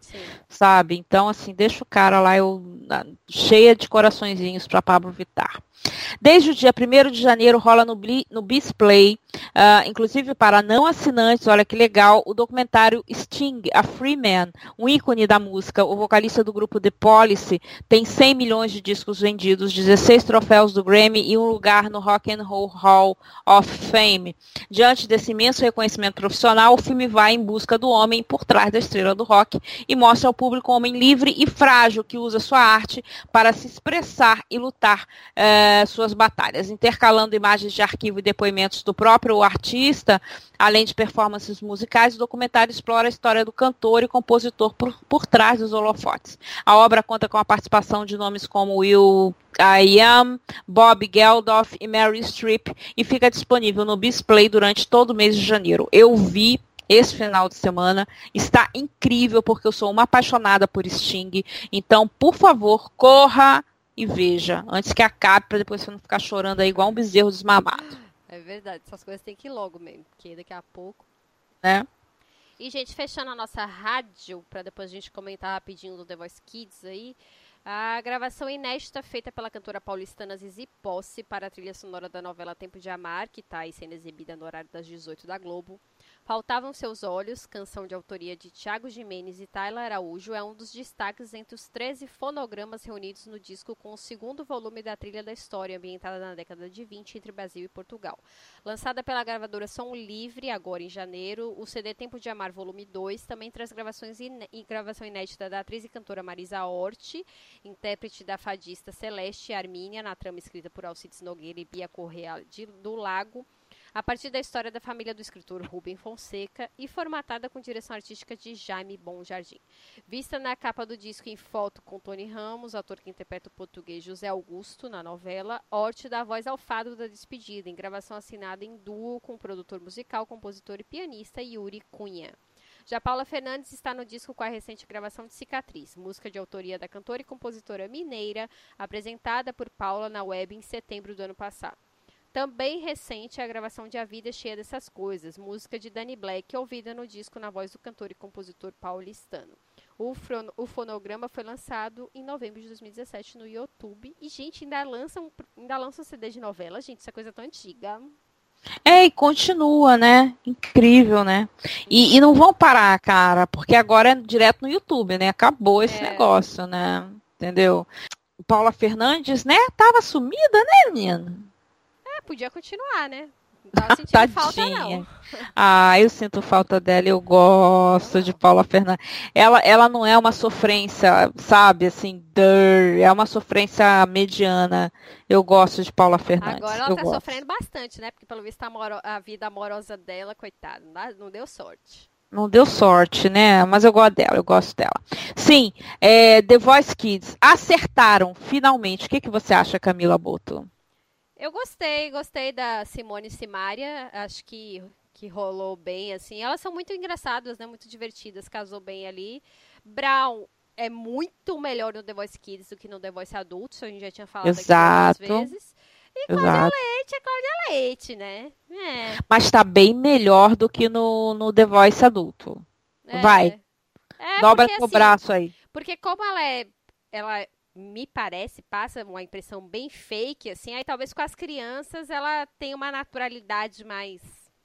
sabe? Então, assim, deixa o cara lá, eu, cheia de coraçõezinhos para Pablo Vittar. Desde o dia primeiro de janeiro rola no, no Bisplay, uh, inclusive para não assinantes, olha que legal, o documentário Sting, a Free Man, um ícone da música. O vocalista do grupo The Police tem cem milhões de discos vendidos, dezesseis troféus do Grammy e um lugar no Rock and Roll Hall of Fame. Diante desse imenso reconhecimento profissional, o filme vai em busca do homem por trás da estrela do rock e mostra ao público um homem livre e frágil que usa sua arte para se expressar e lutar uh, suas batalhas, intercalando imagens de arquivo e depoimentos do próprio artista, além de performances musicais. O documentário explora a história do cantor e compositor por, por trás dos holofotes. A obra conta com a participação de nomes como Will I Am, Bob Geldof e Mary Streep e fica disponível no Bisplay durante todo o mês de janeiro. Eu vi esse final de semana, está incrível porque eu sou uma apaixonada por Sting, então, por favor, corra e veja, antes que acabe, para depois você não ficar chorando aí igual um bezerro desmamado. É verdade, essas coisas tem que ir logo mesmo, porque daqui a pouco... Né? E, gente, fechando a nossa rádio, para depois a gente comentar rapidinho do The Voice Kids aí, a gravação inédita feita pela cantora paulistana Zizi Posse para a trilha sonora da novela Tempo de Amar, que está aí sendo exibida no horário das dezoito da Globo. Faltavam Seus Olhos, canção de autoria de Thiago Jimenez e Tayla Araújo, é um dos destaques entre os treze fonogramas reunidos no disco com o segundo volume da trilha da história, ambientada na década de vinte entre Brasil e Portugal. Lançada pela gravadora Som Livre, agora em janeiro, o C D Tempo de Amar Volume dois também traz gravações iné- gravação inédita da atriz e cantora Marisa Hort, intérprete da fadista Celeste Armínia, na trama escrita por Alcides Nogueira e Bia Correa de, do Lago, a partir da história da família do escritor Rubem Fonseca e formatada com direção artística de Jaime Bom Jardim. Vista na capa do disco em foto com Tony Ramos, ator que interpreta o português José Augusto na novela, Hort dá voz ao fado da despedida, em gravação assinada em duo com o produtor musical, compositor e pianista Yuri Cunha. Já Paula Fernandes está no disco com a recente gravação de Cicatriz, música de autoria da cantora e compositora mineira, apresentada por Paula na web em setembro do ano passado. Também recente é a gravação de A Vida Cheia Dessas Coisas, música de Danny Black, ouvida no disco na voz do cantor e compositor paulistano. O, fron- o fonograma foi lançado em novembro de dois mil e dezessete no YouTube. E, gente, ainda lança um, ainda lança um C D de novela, gente, essa coisa tão antiga. É, e continua, né? Incrível, né? E, e não vão parar, cara, porque agora é direto no YouTube, né? Acabou esse É. negócio, né? Entendeu? Paula Fernandes, né? Tava sumida, né, menina? É, podia continuar, né? Não tava sentindo falta, não. Tadinha. Ah, eu sinto falta dela, eu gosto de Paula Fernandes. Ela, ela não é uma sofrência, sabe, assim, dur, é uma sofrência mediana. Eu gosto de Paula Fernandes. Agora ela eu tá gosto. sofrendo bastante, né? Porque pelo visto a, amoro- a vida amorosa dela, coitada, não, dá- não deu sorte. Não deu sorte, né? Mas eu gosto dela, eu gosto dela. Sim, é, The Voice Kids acertaram, finalmente. O que, que você acha, Camila Boto? Eu gostei, gostei da Simone e Simaria, acho que, que rolou bem, assim. Elas são muito engraçadas, né? Muito divertidas, casou bem ali. Brown é muito melhor no The Voice Kids do que no The Voice Adultos, a gente já tinha falado Exato. aqui outras vezes. E Cláudia Exato. Leite é Cláudia Leite, né? É, Mas tá bem melhor do que no, no The Voice adulto. é. Vai, É, dobra porque, seu assim, braço aí. porque como ela é, ela me parece, passa uma impressão bem fake, assim, aí talvez com as crianças ela tenha uma naturalidade mais...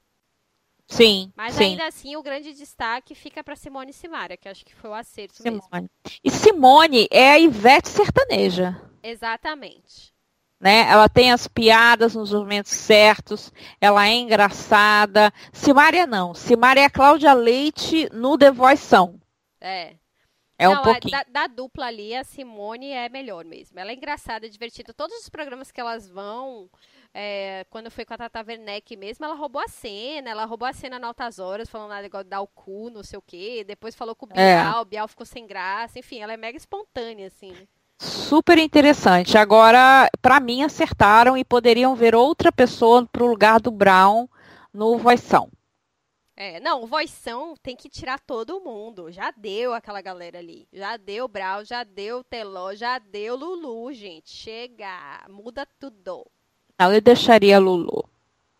Sim, Mas sim. ainda assim o grande destaque fica para Simone e Simaria, que acho que foi o acerto mesmo. Simone. E Simone é a Ivete sertaneja, Exatamente. né? Ela tem as piadas nos momentos certos, ela é engraçada. Simaria não. Simaria é a Cláudia Leite no The Voice são. É. É um Não, a- pouquinho. da, da dupla ali, a Simone é melhor mesmo. Ela é engraçada, é divertida. Todos os programas que elas vão, é, quando foi com a Tata Werneck mesmo, ela roubou a cena. Ela roubou a cena no Altas Horas, falando nada igual dar o cu, não sei o quê. Depois falou com o É. Bial, o Bial ficou sem graça. Enfim, ela é mega espontânea, assim, né? Super interessante. Agora, pra mim, acertaram e poderiam ver outra pessoa pro lugar do Brown no Voição. É, não, o Voição tem que tirar todo mundo. Já deu aquela galera ali. Já deu Brau, já deu Teló, já deu Lulu, gente. Chega, muda tudo. Não, eu deixaria a Lulu.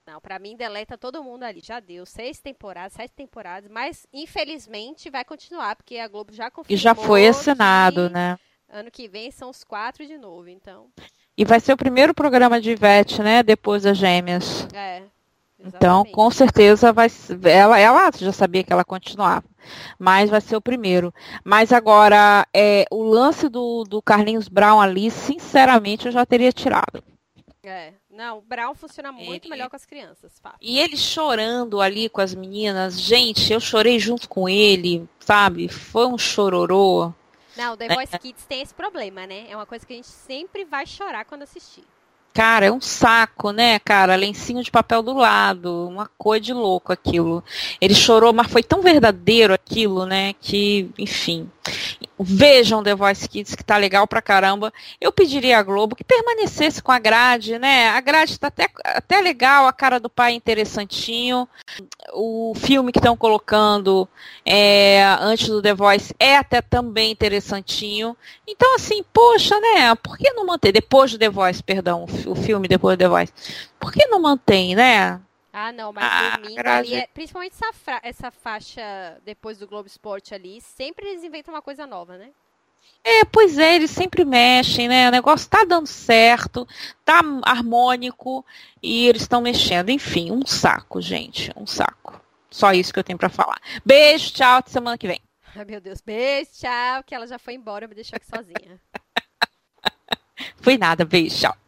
Não, pra mim, deleta todo mundo ali. Já deu seis temporadas, sete temporadas, mas infelizmente vai continuar, porque a Globo já confirmou. E já foi assinado, que né? Ano que vem são os quatro de novo, então. E vai ser o primeiro programa de Ivete, né? Depois das Gêmeas. É. Então, Exatamente. com certeza vai ela, ela já sabia que ela continuava, mas vai ser o primeiro. Mas agora, é, o lance do, do Carlinhos Brown ali, sinceramente, eu já teria tirado. É. Não, o Brown funciona muito Ele- melhor com as crianças, fato. E ele chorando ali com as meninas, gente, eu chorei junto com ele, sabe? Foi um chororô. Não, The Voice Kids tem esse problema, né? É uma coisa que a gente sempre vai chorar quando assistir. Cara, é um saco, né, cara? Lencinho de papel do lado, uma coisa de louco aquilo. Ele chorou, mas foi tão verdadeiro aquilo, né, que, enfim. Vejam The Voice Kids, que tá legal pra caramba. Eu pediria à Globo que permanecesse com a grade, né? A grade tá até, até legal, a cara do pai é interessantinho. O filme que estão colocando é, antes do The Voice é até também interessantinho. Então, assim, poxa, né? Por que não manter? Depois do The Voice, perdão, o filme depois do The Voice. Por que não mantém, né? Ah, não, mas Ah, domingo grade. ali, é, principalmente essa, fra- essa faixa depois do Globo Esporte ali, sempre eles inventam uma coisa nova, né? É, pois é, eles sempre mexem, né? O negócio tá dando certo, tá harmônico e eles estão mexendo. Enfim, um saco, gente, um saco. Só isso que eu tenho pra falar. Beijo, tchau, até semana que vem. Ai, meu Deus, beijo, tchau, que ela já foi embora, me deixou aqui sozinha. Foi nada, beijo, tchau.